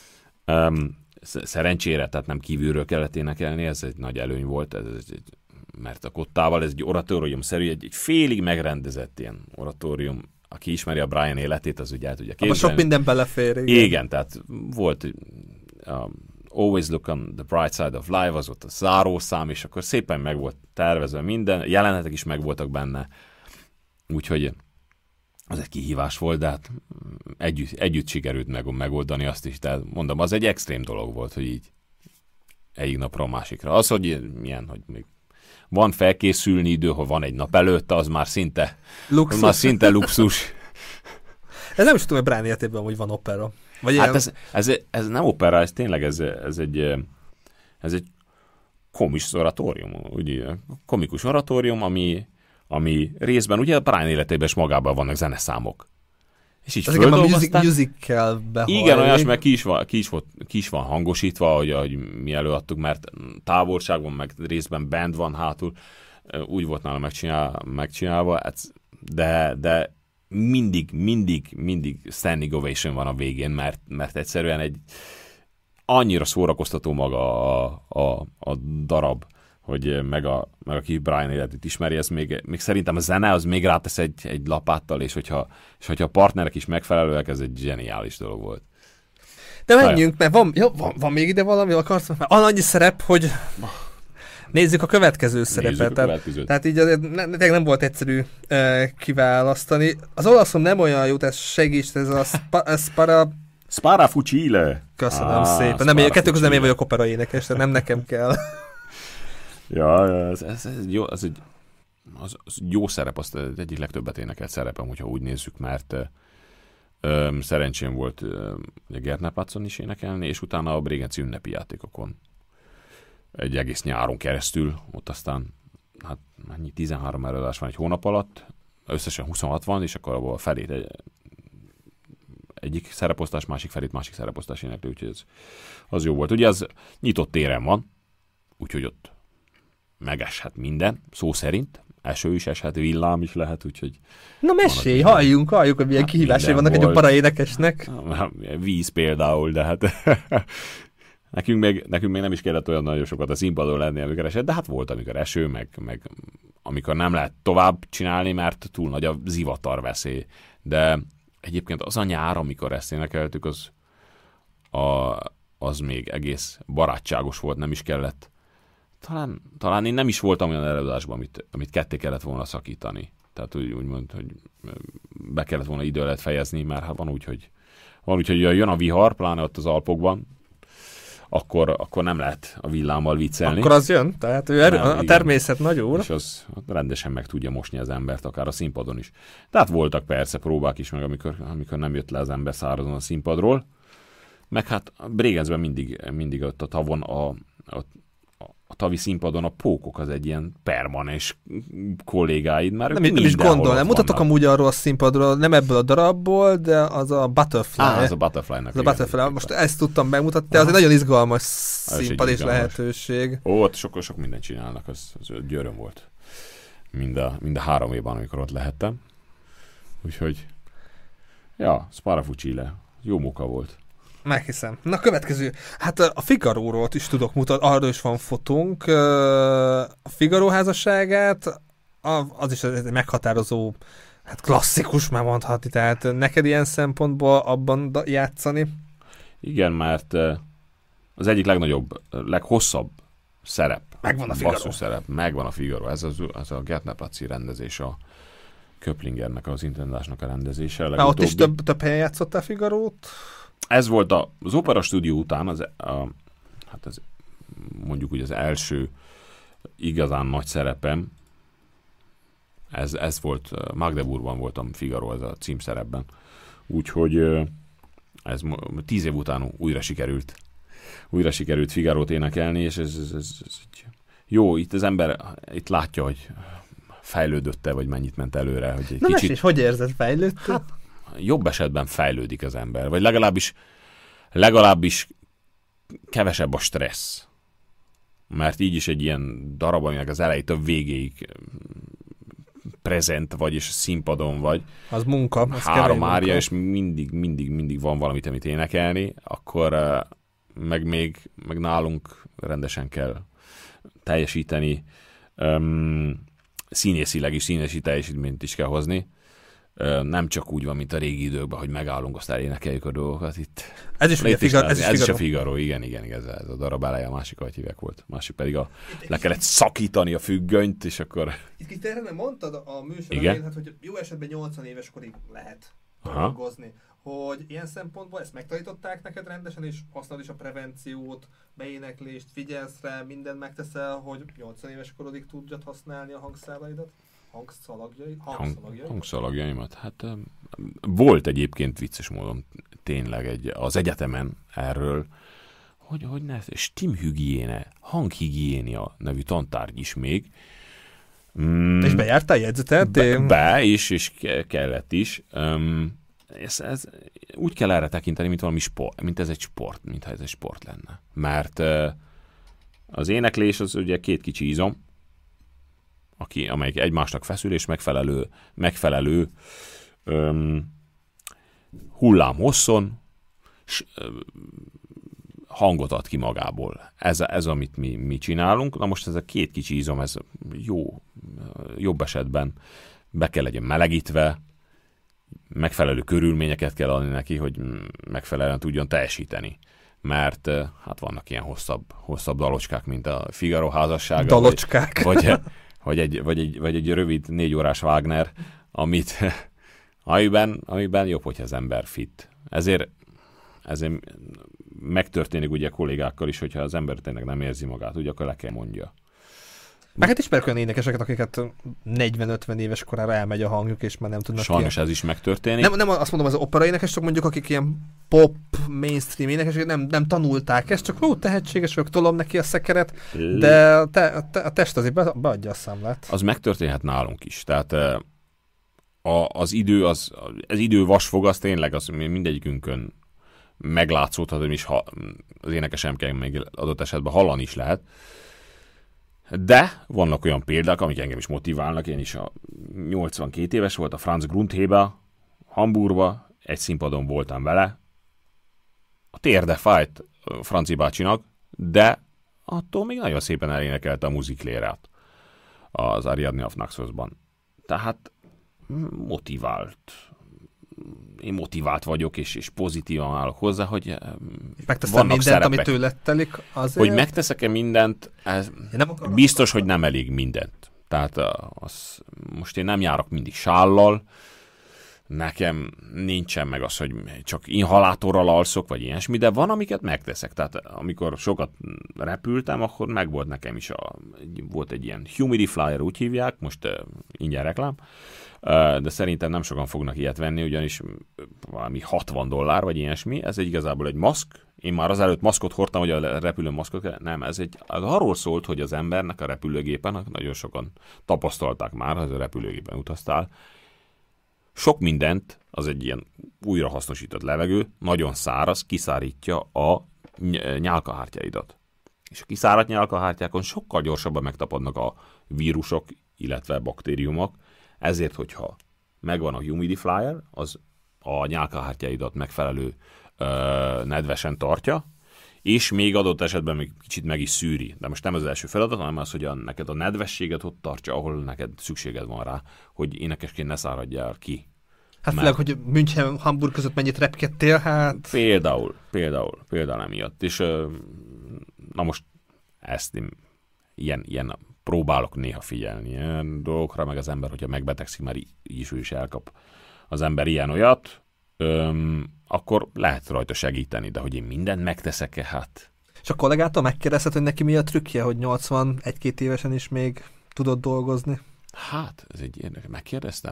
Speaker 2: Szerencsére, tehát nem kívülről kellett énekelni, ez egy nagy előny volt, ez egy mert a kottával ez egy oratórium-szerű, egy félig megrendezett ilyen oratórium. Aki ismeri a Brian életét, az ugye el tudja képzelni.
Speaker 1: Abba sok minden belefér.
Speaker 2: Igen, tehát volt Always Look on the Bright Side of Life, az volt a zárószám, és akkor szépen meg volt tervezve minden, jelenetek is meg voltak benne. Úgyhogy az egy kihívás volt, de hát együtt sikerült megoldani azt is. Tehát mondom, az egy extrém dolog volt, hogy így egyik napra a másikra. Az, hogy milyen, hogy még van felkészülni idő, ha van egy nap előtte, az már szinte luxus.
Speaker 1: Ez nem is tudom, hogy Brian életében amúgy van opera.
Speaker 2: Vagy hát ez nem opera, ez tényleg ez egy komikus oratórium, ugye, komikus oratórium, ami részben ugye a Brian életében is magában vannak zeneszámok. És így
Speaker 1: földolgozták. Musicalbe
Speaker 2: igen, olyas, meg ki is van hangosítva, hogy mi előadtuk, mert távolság van, meg részben band van hátul. Úgy volt nála megcsinálva, de mindig standing ovation van a végén, mert egyszerűen egy annyira szórakoztató maga a darab, hogy meg a kis Brian életét ismeri, ez még szerintem a zene az még rátesz egy lapáttal, és hogyha a partnerek is megfelelőek, ez egy zseniális dolog volt.
Speaker 1: De menjünk, mert van még ide valami, akarsz? Mert annyi szerep, hogy nézzük a következő szerepet. Tehát így nem volt egyszerű kiválasztani. Az olaszom nem olyan jó, tehát segíts, ez a
Speaker 2: Sparafucile.
Speaker 1: Köszönöm szépen. Nem, kettő közben én vagyok opera énekes, tehát nem nekem kell.
Speaker 2: Ez egy jó szerep, azt egyik legtöbbet énekelt szerepem, hogyha úgy nézzük, mert szerencsém volt a Gertnerplatzon is énekelni, és utána a Brégenci ünnepi játékokon. Egy egész nyáron keresztül, ott aztán 13 előadás van egy hónap alatt, összesen 26 van, és akkor abból a felét egyik szereposztás, másik szereposztás éneklő, úgyhogy az jó volt. Ugye az nyitott téren van, úgyhogy ott megeshet minden, szó szerint. Eső is eshet, villám is lehet, úgyhogy...
Speaker 1: Na mesélj, halljuk, hogy milyen kihívásai vannak egy opera énekesnek.
Speaker 2: Víz például, de hát... nekünk még nem is kellett olyan nagyon sokat a színpadon lenni, amikor esett, de hát volt, amikor eső, meg amikor nem lehet tovább csinálni, mert túl nagy a zivatar veszély. De egyébként az a nyár, amikor ezt énekeltük, az még egész barátságos volt, nem is kellett. Talán én nem is voltam olyan előadásban, amit ketté kellett volna szakítani. Tehát úgymond, hogy be kellett volna idő előtt fejezni, mert hát van úgy, hogy jön a vihar, pláne ott az Alpokban, akkor nem lehet a villámmal viccelni.
Speaker 1: Akkor az jön, tehát a természet nagy úr.
Speaker 2: És az rendesen meg tudja mosni az embert, akár a színpadon is. Tehát voltak persze próbák is, meg amikor nem jött le az ember szárazon a színpadról. Meg hát Bregenzben mindig ott a tavon a tavi színpadon a pókok az egy ilyen permanens kollégáid. Már
Speaker 1: nem is gondolom. Mutatok amúgy arról a színpadról, nem ebből a darabból, de az a Butterfly.
Speaker 2: Az a Butterfly-nak.
Speaker 1: Az a Butterfly. Most ezt tudtam bemutatni, de az egy nagyon izgalmas színpad és lehetőség.
Speaker 2: Ott sok mindent csinálnak, az győröm volt. Mind a 3 évben, amikor ott lehettem. Úgyhogy, Sparafucile. Jó munka volt.
Speaker 1: Meghiszem. Na, következő. Hát a Figaróról is tudok mutatni, arról is van fotónk. A Figaro házasságát, az is egy meghatározó, hát klasszikus, már mondhatni. Tehát neked ilyen szempontból abban játszani?
Speaker 2: Igen, mert az egyik legnagyobb, leghosszabb szerep.
Speaker 1: Megvan a Figaro.
Speaker 2: Megvan a Figaro. Ez a Gertnerplatzi rendezés, a Köplingernek, az intendásnak a rendezése.
Speaker 1: Ott is több helyen játszottál Figarót?
Speaker 2: Ez volt az Opera Stúdió után, ez mondjuk úgy az első igazán nagy szerepem. Ez volt, Magdeburgban voltam Figaro, ez a címszerepben. Úgyhogy ez 10 év után újra sikerült Figarót énekelni, és ez jó, itt az ember itt látja, hogy fejlődött-e, vagy mennyit ment előre. Hogy egy kicsit...
Speaker 1: És hogy érzed, fejlődött?
Speaker 2: Hát, jobb esetben fejlődik az ember, vagy legalábbis kevesebb a stressz. Mert így is egy ilyen darab, aminek az elejétől végéig prezent vagy, és színpadon vagy.
Speaker 1: Az munka. Az
Speaker 2: 3 ária, és mindig van valamit, amit énekelni, akkor meg nálunk rendesen kell teljesíteni. Színészileg is, színészi teljesítményt is kell hozni. Nem csak úgy van, mint a régi időkben, hogy megállunk, aztán énekeljük a dolgokat itt.
Speaker 1: Ez is
Speaker 2: a Figaro, igen, ez a darab eleje, a másik, ahogy hívek volt. Másik pedig le kellett szakítani a függönyt, és akkor...
Speaker 1: Itt erre mondtad a műsor elején, hát, hogy jó esetben 80 éves korig lehet dolgozni. Hogy ilyen szempontból ezt megtanították neked rendesen, és használod is a prevenciót, beéneklést, figyelsz rá, mindent megteszel, hogy 80 éves korodig tudjad használni a hangszálaidat?
Speaker 2: Hangszalagjaimat? Hát volt egyébként vicces módon tényleg az egyetemen erről, hogy ne, stimmhügiéne, hanghigiénia nevű tantárgy is még.
Speaker 1: És bejártál, jegyzeteltél?
Speaker 2: És kellett is. Ez úgy kell erre tekinteni, mint valami sport, mint ez egy sport, mintha ez egy sport lenne. Mert az éneklés az ugye két kicsi izom, amelyik egymásnak feszül, és megfelelő hullám hosszon hangot ad ki magából. Ez amit mi csinálunk. Na most ez a két kicsi izom, ez jobb esetben be kell legyen melegítve, megfelelő körülményeket kell adni neki, hogy megfelelően tudjon teljesíteni. Mert hát vannak ilyen hosszabb dalocskák, mint a Figaro házassága.
Speaker 1: Dalocskák.
Speaker 2: Vagy egy rövid 4 órás Wagner, amiben jobb, hogyha az ember fit. Ezért megtörténik ugye a kollégákkal is, hogyha az ember tényleg nem érzi magát, ugye akkor le kell mondja.
Speaker 1: Meg hát ismerek olyan énekeseket, akiket 40-50 éves korára elmegy a hangjuk, és már nem tudnak
Speaker 2: Sajnos ez is megtörténik.
Speaker 1: Nem azt mondom, az opera énekesek, mondjuk akik ilyen pop, mainstream énekesek, nem tanulták ezt, csak tehetséges vagyok, tolom neki a szekeret, de a test azért beadja a számlát.
Speaker 2: Az megtörténhet nálunk is. Tehát az idő vasfog, az tényleg az mindegyikünkön meglátszódhat, hogy is az énekesemként még adott esetben hallani is lehet. De vannak olyan példák, amik engem is motiválnak. Én is 82 éves volt, a Franz Grundhébe Hamburgba, egy színpadon voltam vele. A térde fájt Franci bácsinak, de attól még nagyon szépen elénekelte a muziklérát az Ariadne auf Naxosban. Tehát én motivált vagyok, és pozitívan állok hozzá, hogy
Speaker 1: megteszem mindent, szerepek. Amit tőled telik azért?
Speaker 2: Hogy megteszek-e mindent, biztos, hogy nem elég mindent. Tehát most én nem járok mindig sállal, nekem nincsen meg az, hogy csak inhalátorral alszok, vagy ilyesmi, de van, amiket megteszek. Tehát amikor sokat repültem, akkor megvolt nekem is volt egy ilyen humidifier, úgy hívják, most ingyen reklám, de szerintem nem sokan fognak ilyet venni, ugyanis valami $60 vagy ilyesmi, ez igazából egy maszk. Én már azelőtt maszkot hordtam, hogy a repülőn maszkot nem, ez arról szólt, hogy az embernek a repülőgépen, nagyon sokan tapasztalták már, ha a repülőgépen utaztál, sok mindent, az egy ilyen újrahasznosított levegő, nagyon száraz, kiszárítja a nyálkahártyáidat. És a kiszáradt nyálkahártyákon sokkal gyorsabban megtapadnak a vírusok, illetve baktériumok, ezért, hogyha megvan a humidifier, az a nyálkahártyáidat megfelelő nedvesen tartja, és még adott esetben még kicsit meg is szűri. De most nem az első feladat, hanem az, hogy neked a nedvességet ott tartsa, ahol neked szükséged van rá, hogy énekesként ne száradjál ki.
Speaker 1: Hát főleg, hogy München, Hamburg között mennyit repkedtél, hát...
Speaker 2: Például emiatt. És na most ezt ilyen próbálok néha figyelni ilyen dolgokra, meg az ember, hogyha megbetegszik, már így is elkap az ember ilyen-olyat, akkor lehet rajta segíteni, de hogy én mindent megteszek-e, hát...
Speaker 1: És a kollégától megkérdezted, hogy neki mi a trükkje, hogy 81-2 évesen is még tudod dolgozni?
Speaker 2: Hát, ez egy érdekes. Megkérdeztem?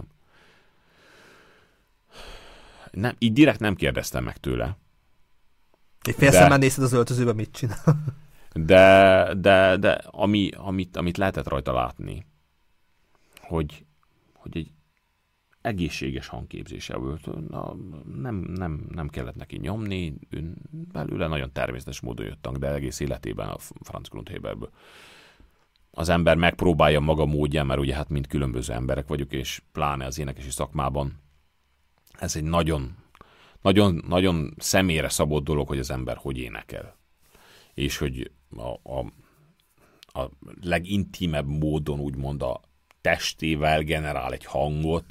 Speaker 2: Nem, így direkt nem kérdeztem meg tőle.
Speaker 1: Egy félszemmel nézted az öltözőben, mit csinál?
Speaker 2: De amit lehetett rajta látni, hogy egy egészséges hangképzése volt. Nem kellett neki nyomni, belőle nagyon természetes módon jöttek, de egész életében a Franz Grundhéberből. Az ember megpróbálja maga módján, mert ugye hát mind különböző emberek vagyunk, és pláne az énekesi szakmában ez egy nagyon személyre szabott dolog, hogy az ember hogy énekel. És hogy a legintimebb módon úgymond a testével generál egy hangot,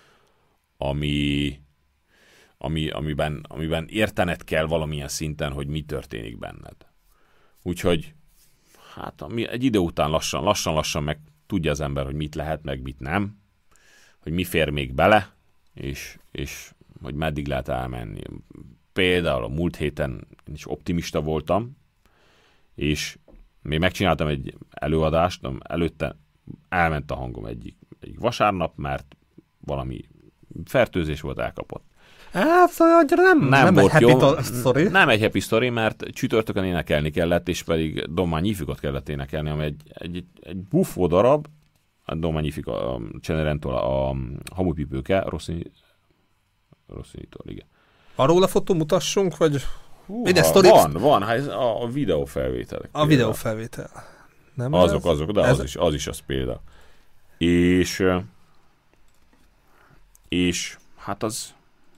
Speaker 2: amiben értened kell valamilyen szinten, hogy mi történik benned. Úgyhogy hát egy idő után lassan meg tudja az ember, hogy mit lehet, meg mit nem, hogy mi fér még bele, és hogy meddig lehet elmenni. Például a múlt héten is optimista voltam, és még megcsináltam egy előadást, előtte elment a hangom egyik vasárnap, mert valami fertőzés volt, elkapott.
Speaker 1: Szóval nem
Speaker 2: volt
Speaker 1: egy
Speaker 2: jó.
Speaker 1: happy story.
Speaker 2: Nem egy happy story, mert csütörtökön énekelni kellett, és pedig Don Magnificot kellett énekelni, ami egy buffó darab, a Don Magnifico a Cenerentől a Hamupipőke, Rossini-tól, igen.
Speaker 1: Arról a fotó mutassunk, vagy...
Speaker 2: Van, a videófelvételek.
Speaker 1: A videófelvétel. Nem
Speaker 2: azok, de az is az példa. És hát az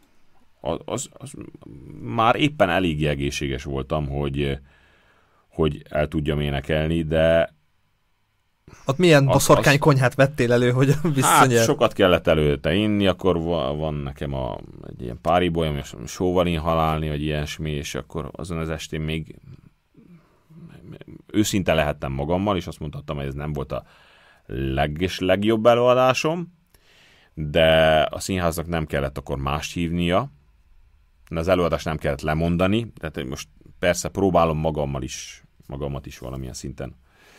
Speaker 2: már éppen eléggé egészséges voltam, hogy el tudjam énekelni, de
Speaker 1: ott milyen boszorkány konyhát vettél elő, hogy visszanyert?
Speaker 2: Hát sokat kellett előtte inni, akkor van nekem egy ilyen páribolyom, és sóval inhalálni, vagy ilyesmi, és akkor azon az estén még őszinte lehettem magammal, és azt mondhattam, hogy ez nem volt a legjobb előadásom, de a színháznak nem kellett akkor mást hívnia, de az előadást nem kellett lemondani, tehát most persze próbálom magamat is valamilyen szinten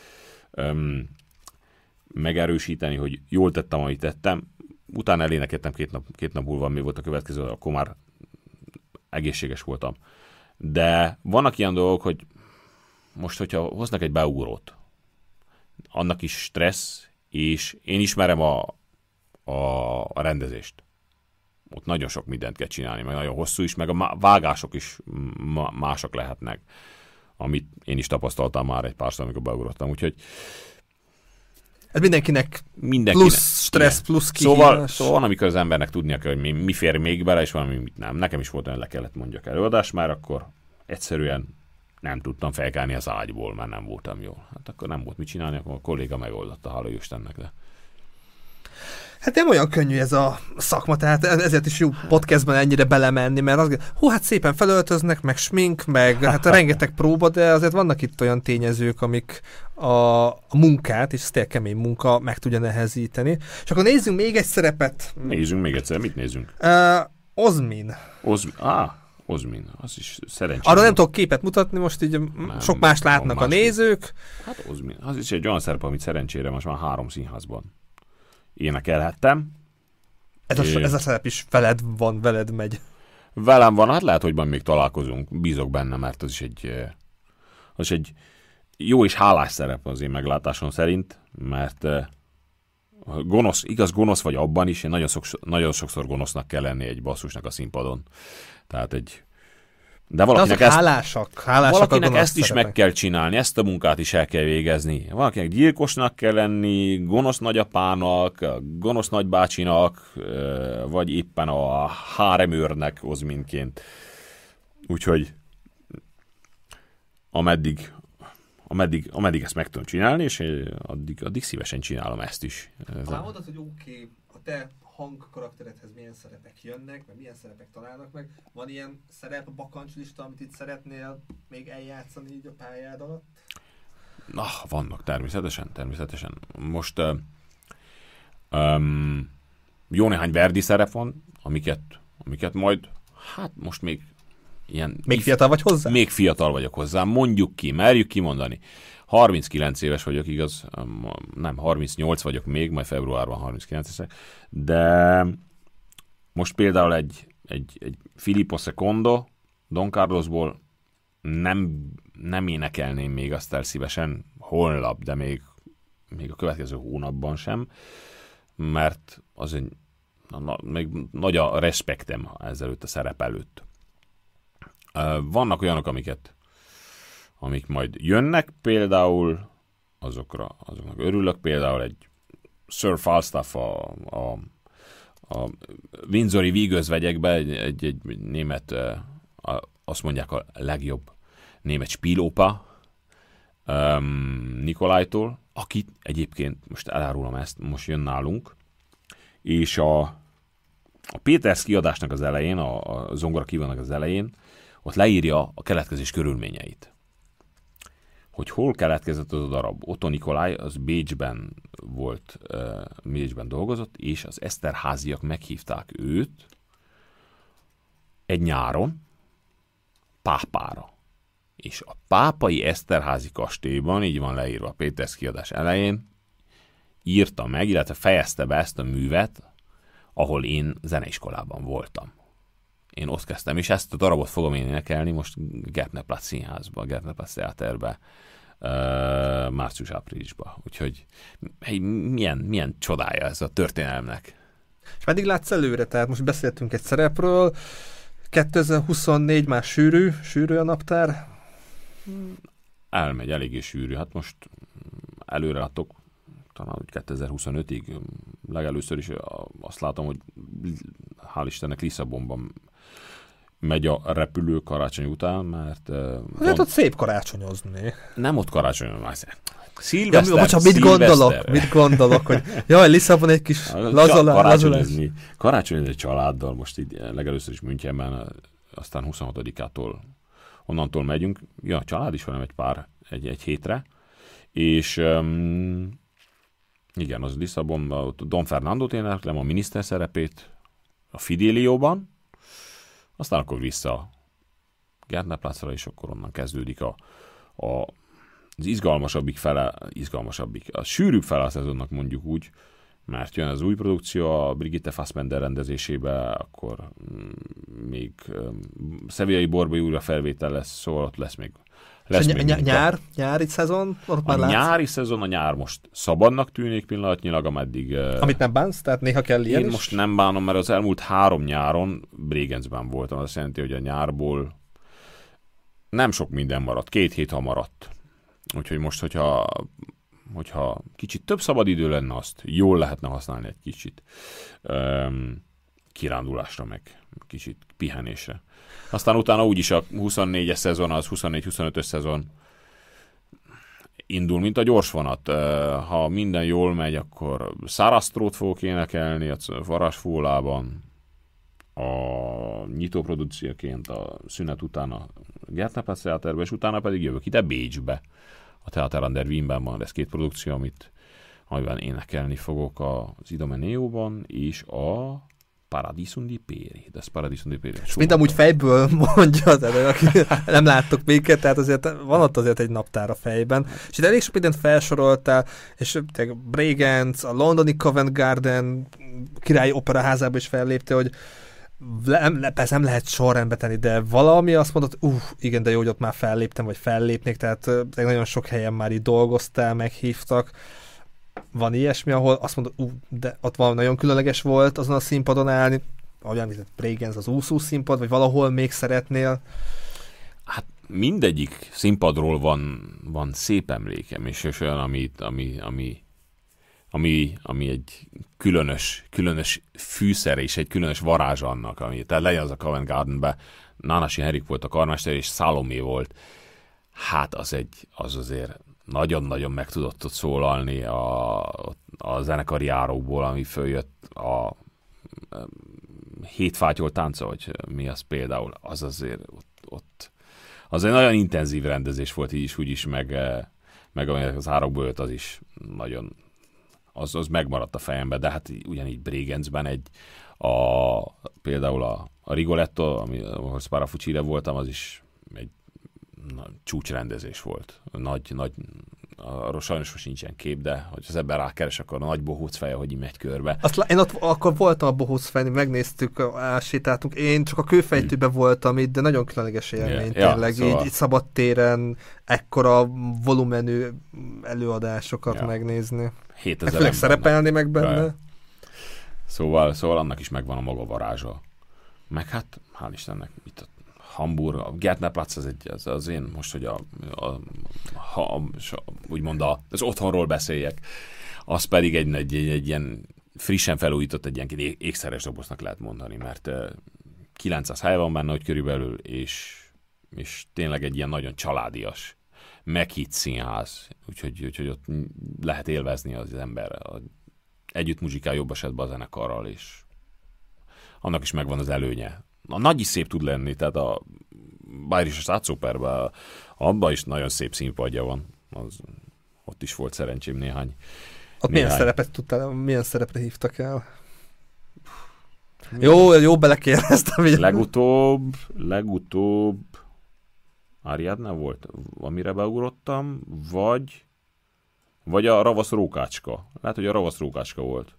Speaker 2: megerősíteni, hogy jól tettem, amit tettem. Utána elénekeltem két nap múlva, mi volt a következő, akkor már egészséges voltam. De vannak ilyen dolgok, hogy most, hogyha hoznak egy beugrót, annak is stressz, és én ismerem a rendezést. Ott nagyon sok mindent kell csinálni, meg nagyon hosszú is, meg a vágások is mások lehetnek, amit én is tapasztaltam már egy párszor, amikor beugrottam, úgyhogy
Speaker 1: ez mindenkinek plusz stressz, igen. Plusz kihívás.
Speaker 2: Szóval van, amikor az embernek tudnia kell, hogy mi fér még bele, és valami mit nem. Nekem is volt olyan, le kellett mondjak előadást már, akkor egyszerűen nem tudtam felkelni az ágyból, mert nem voltam jól. Hát akkor nem volt mit csinálni, akkor a kolléga megoldotta, hála Istennek, de...
Speaker 1: Hát nem olyan könnyű ez a szakma, tehát ezért is jó podcastban ennyire belemenni, mert az, hát szépen felöltöznek, meg smink, meg hát rengeteg próba, de azért vannak itt olyan tényezők, amik a munkát, és ez tényleg kemény munka, meg tudja nehezíteni. És akkor nézzünk még egy szerepet.
Speaker 2: Nézzünk még egyszer, mit nézzünk?
Speaker 1: Ozmin.
Speaker 2: Ozmin, az is szerencsés.
Speaker 1: Arra nem tudok képet mutatni, most így sok más látnak a nézők.
Speaker 2: Hát Ozmin, az is egy olyan szerep, amit szerencsére most már 3 színházban énekelhettem.
Speaker 1: Ez a szerep is veled megy.
Speaker 2: Velem van, hát lehet, hogy majd még találkozunk, bízok benne, mert az is egy jó és hálás szerep az én meglátásom szerint, mert gonosz vagy abban is, nagyon sokszor gonosznak kell lenni egy basszusnak a színpadon. Tehát de valakinek ezt is meg kell csinálni, ezt a munkát is el kell végezni. Valakinek gyilkosnak kell lenni, gonosz nagyapának, gonosz nagybácsinak, vagy éppen a háremőrnek Ozminként. Úgyhogy ameddig ezt meg tudom csinálni, és addig szívesen csinálom ezt is.
Speaker 1: Talán mondod, hogy oké, a te hangkarakteredhez milyen szerepek jönnek, vagy milyen szerepek találnak meg. Van ilyen szerep, bakancslista, amit itt szeretnél még eljátszani így a pályád alatt?
Speaker 2: Na, vannak természetesen. Most jó néhány Verdi szerep van, amiket majd, hát most még ilyen...
Speaker 1: Még fiatal vagy hozzá?
Speaker 2: Még fiatal vagyok hozzá, mondjuk ki, merjük kimondani. 39 éves vagyok, igaz? Nem, 38 vagyok még, majd februárban 39 leszek, de most például egy Filippo Secondo Don Carlosból nem énekelném még azt el szívesen holnap, de még a következő hónapban sem, mert az még nagy a respektem ezelőtt a szerep előtt. Vannak olyanok, amik majd jönnek, például azoknak örülök, például egy Sir Falstaff a Windsori vígözvegyekben egy német, azt mondják a legjobb német spílópa, Nikolajtól, aki egyébként, most elárulom ezt, most jön nálunk, és a Péters kiadásnak az elején, a zongora kívánnak az elején, ott leírja a keletkezés körülményeit. Hogy hol keletkezett az a darab. Otto Nikolaj, az Bécsben volt, Bécsben dolgozott, és az Eszterháziak meghívták őt egy nyáron pápára. És a pápai Eszterházi kastélyban, így van leírva a Péters kiadás elején, írta meg, illetve fejezte be ezt a művet, ahol én zeneiskolában voltam. Én ott kezdtem, és ezt a darabot fogom énekelni most Gärtnerplatz színházba, Gärtnerplatz teáterbe, március-áprilisba. Úgyhogy milyen csodája ez a történelmnek.
Speaker 1: És meddig látsz előre? Tehát most beszéltünk egy szerepről, 2024 már sűrű a naptár?
Speaker 2: Elmegy, eléggé sűrű. Hát most előre látok, talán 2025-ig. Legelőször is azt látom, hogy hál' Istennek Lisszabonban megy a repülő karácsony után, mert...
Speaker 1: Hát ott szép karácsonyozni.
Speaker 2: Nem ott karácsonyozni. Szilveszter,
Speaker 1: bocsánat, mit gondolok, hogy jaj, Lisszabon egy kis lazulás.
Speaker 2: Karácsonyozni családdal, most így legelőször is Münchenben, aztán 26-ától onnantól megyünk. Ja, a család is velem egy hétre, és igen, az Lisszabon, ott Don Fernandot éneklem, a miniszter szerepét a Fidelióban, aztán akkor vissza Gärtnerplatzra, és akkor onnan kezdődik az a sűrűbb fele a szezonnak, mondjuk úgy, mert jön az új produkció a Brigitte Fassbender rendezésébe, akkor még Sevillai Borbély újra felvétel lesz, szóval ott lesz még
Speaker 1: nyári szezon?
Speaker 2: Nyári szezon, a nyár most szabadnak tűnik pillanatnyilag, ameddig...
Speaker 1: Amit nem bánsz? Tehát néha kell ilyen
Speaker 2: Én
Speaker 1: is?
Speaker 2: most nem bánom, mert az elmúlt 3 nyáron Bregenzben voltam. Azt jelenti, hogy a nyárból nem sok minden maradt. 2 hét, ha maradt. Úgyhogy most, hogyha kicsit több szabad idő lenne, azt jól lehetne használni egy kicsit kirándulásra, meg kicsit pihenésre. Aztán utána úgyis a 24-es szezon, az 24-25-ös szezon indul, mint a gyorsvonat. Ha minden jól megy, akkor Sarastrót fogok énekelni a Varázsfólában, a nyitóprodukcióként a szünet után a Gärtnerplatz teáterbe, és utána pedig jövök ide Bécsbe. A Theater an der Wienben van, ez 2 produkció, amiben énekelni fogok az Idomeneóban, és a Paradiso di Peri. De ez Paradiso di Peri.
Speaker 1: Mind amúgy fejből mondja, aki nem láttok minket, tehát azért van ott azért egy naptár a fejben. És itt elég sok mindent felsoroltál, és Bregenz, a londoni Covent Garden királyi operaházába is fellépte, hogy persze nem lehet sorrendbe tenni, de valami azt mondod, igen, de jó, hogy ott már felléptem, vagy fellépnék, tehát nagyon sok helyen már így dolgoztál, meghívtak. Van ilyesmi, ahol azt mondod, de ott valami nagyon különleges volt azon a színpadon állni, ahogy említett Bregenz, az úszó színpad, vagy valahol még szeretnél?
Speaker 2: Hát mindegyik színpadról van szép emlékem, és olyan, ami egy különös fűszer és egy különös varázs annak, tehát legyen az a Covent Gardenben, Nánasi Henrik volt a karmester, és Salomé volt. Hát az azért nagyon-nagyon meg tudott ott szólalni a zenekari járókból, ami följött a hétfátyolt tánca, vagy mi az például, az azért ott az egy nagyon intenzív rendezés volt így is, úgy is, meg amelyek az árokból jött, az is nagyon az megmaradt a fejembe, de hát ugyanígy Bregenzben például a Rigoletto, ahol Sparafucile voltam, az is egy csúcsrendezés volt. Nagy, arról sajnos most nincsen kép, de hogy az ebben rákeres, akkor a nagy bohóc feje, hogy így megy körbe.
Speaker 1: Én ott akkor voltam a bohóc fején, megnéztük, átsétáltunk. Én csak a Kőfejtőben voltam itt, de nagyon különleges élmény, tényleg. Szóval... így szabadtéren ekkora volumenű előadásokat megnézni.
Speaker 2: 7000
Speaker 1: szerepelni meg benne.
Speaker 2: Szóval annak is megvan a maga varázsa. Meg hát, hál' Istennek, itt a Hamburg, a Gärtnerplatz az én most, hogy úgymond az otthonról beszéljek, az pedig egy ilyen frissen felújított, egy ilyen ékszeres doboznak lehet mondani, mert 900 hely van benne, hogy körülbelül, és tényleg egy ilyen nagyon családias meghitt színház, úgyhogy ott lehet élvezni az ember. Együtt muzsikál jobb esetben a zenekarral, és annak is megvan az előnye. A nagy is szép tud lenni, tehát a Bayerische Staatsoperben abban is nagyon szép színpadja van. Ott is volt szerencsém néhány.
Speaker 1: Ott milyen szerepre hívtak el? Jó belekéreztem.
Speaker 2: Legutóbb Ariadne volt, amire beugrottam, vagy a Ravasz Rókácska. Lehet, hogy a Ravasz Rókácska volt.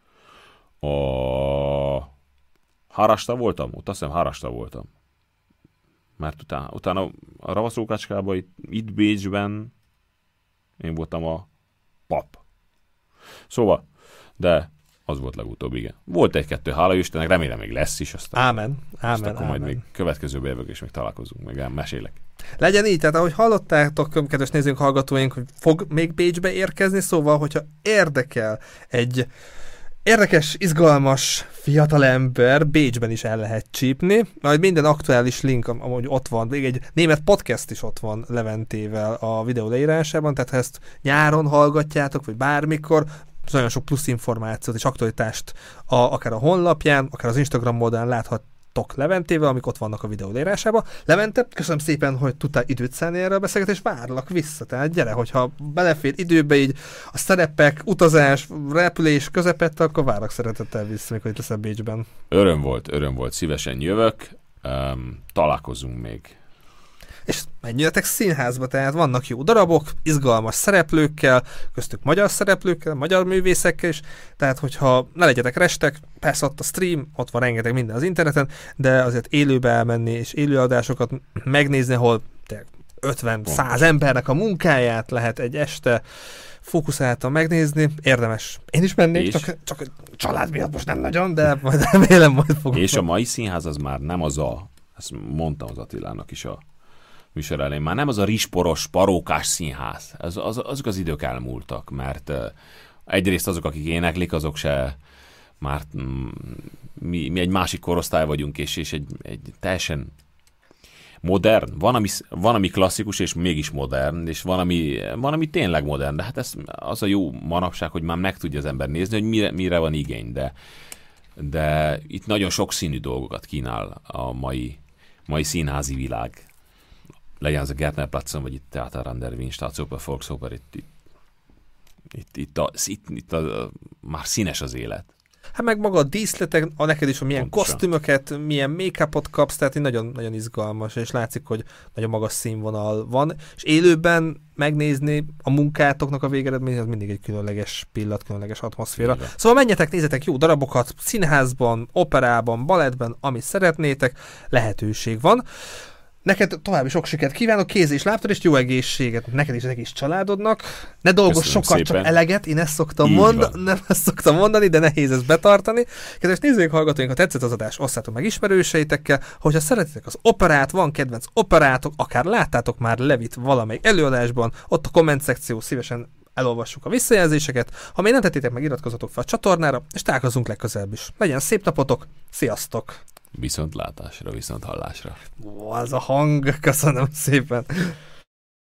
Speaker 2: A Harasta voltam? Ott azt hiszem Harasta voltam. Mert utána a Ravasz Rókácskában itt Bécsben én voltam a pap. Szóval, de az volt legutóbb, igen. Volt egy-kettő, hála Istennek, remélem még lesz is. Aztán
Speaker 1: Ámen.
Speaker 2: akkor majd még következőbe jövök, és még találkozunk, meg mesélek.
Speaker 1: Legyen így, tehát ahogy hallottátok, kedves nézőink, hallgatóink, hogy fog még Bécsbe érkezni, szóval, hogyha érdekel egy érdekes, izgalmas fiatalember, Bécsben is el lehet csípni. Majd minden aktuális link, amúgy ott van, még egy német podcast is ott van Leventével a videó leírásában, tehát ha ezt nyáron hallgatjátok, vagy bármikor, nagyon sok plusz információt és aktualitást akár a honlapján, akár az Instagram oldalán láthattok Leventével, amik ott vannak a videó leírásában. Levente, köszönöm szépen, hogy tudtál időt szállni erre a beszélgetést, és várlak vissza. Tehát gyere, hogyha belefér időbe így a szerepek, utazás, repülés közepette, akkor várlak szeretettel vissza, mikor itt leszel Bécsben.
Speaker 2: Öröm volt, szívesen jövök, találkozunk még.
Speaker 1: És menjetek színházba, tehát vannak jó darabok, izgalmas szereplőkkel, köztük magyar szereplőkkel, magyar művészekkel is, tehát hogyha ne legyetek restek, persze ott a stream, ott van rengeteg minden az interneten, de azért élőbe elmenni és élőadásokat megnézni, ahol 50-100 embernek a munkáját lehet egy este fókuszáltan megnézni, érdemes. Én is mennék, csak a család miatt most nem nagyon, de majd remélem majd fogok.
Speaker 2: És a mai színház az már nem az ezt mondtam az Attilának is a műsor elején, már nem az a rizsporos, parókás színház. Azok az idők elmúltak, mert egyrészt azok, akik éneklik, azok se már mi egy másik korosztály vagyunk, és egy teljesen modern. Van, ami klasszikus, és mégis modern, és van, ami tényleg modern, de hát az a jó manapság, hogy már meg tudja az ember nézni, hogy mire van igény, de itt nagyon sokszínű dolgokat kínál a mai színházi világ. Legyen az a Gärtnerplatzon, vagy itt Theater an der Wien, Staatsoper, Volksoper, itt már színes az élet.
Speaker 1: Hát meg maga a díszletek, neked is, hogy milyen kosztümöket, milyen make-upot kapsz, tehát nagyon, nagyon izgalmas, és látszik, hogy nagyon magas színvonal van, és élőben megnézni a munkátoknak a végeredmény, az mindig egy különleges pillanat, különleges atmoszféra. Igen. Szóval menjetek, nézzetek jó darabokat, színházban, operában, balettben, amit szeretnétek, lehetőség van. Neked további sok sikert kívánok, kéz- és lábtörést, jó egészséget neked és az egész családodnak. Ne dolgozz sokat, szépen. Csak eleget, én ezt szoktam mondani, de nehéz ezt betartani. Kedves nézőink, hallgatóink, ha tetszett az adás, osszátok meg ismerőseitekkel. Hogyha szeretitek az operát, van kedvenc operátok, akár láttátok már Levit valamelyik előadásban, ott a komment szekció, szívesen elolvassuk a visszajelzéseket. Ha még nem tettétek meg, iratkozzatok fel a csatornára, és találkozunk legközelebb is. Legyen szép napotok, sziasztok!
Speaker 2: Viszont látásra, viszont hallásra.
Speaker 1: Ó, az a hang, köszönöm szépen.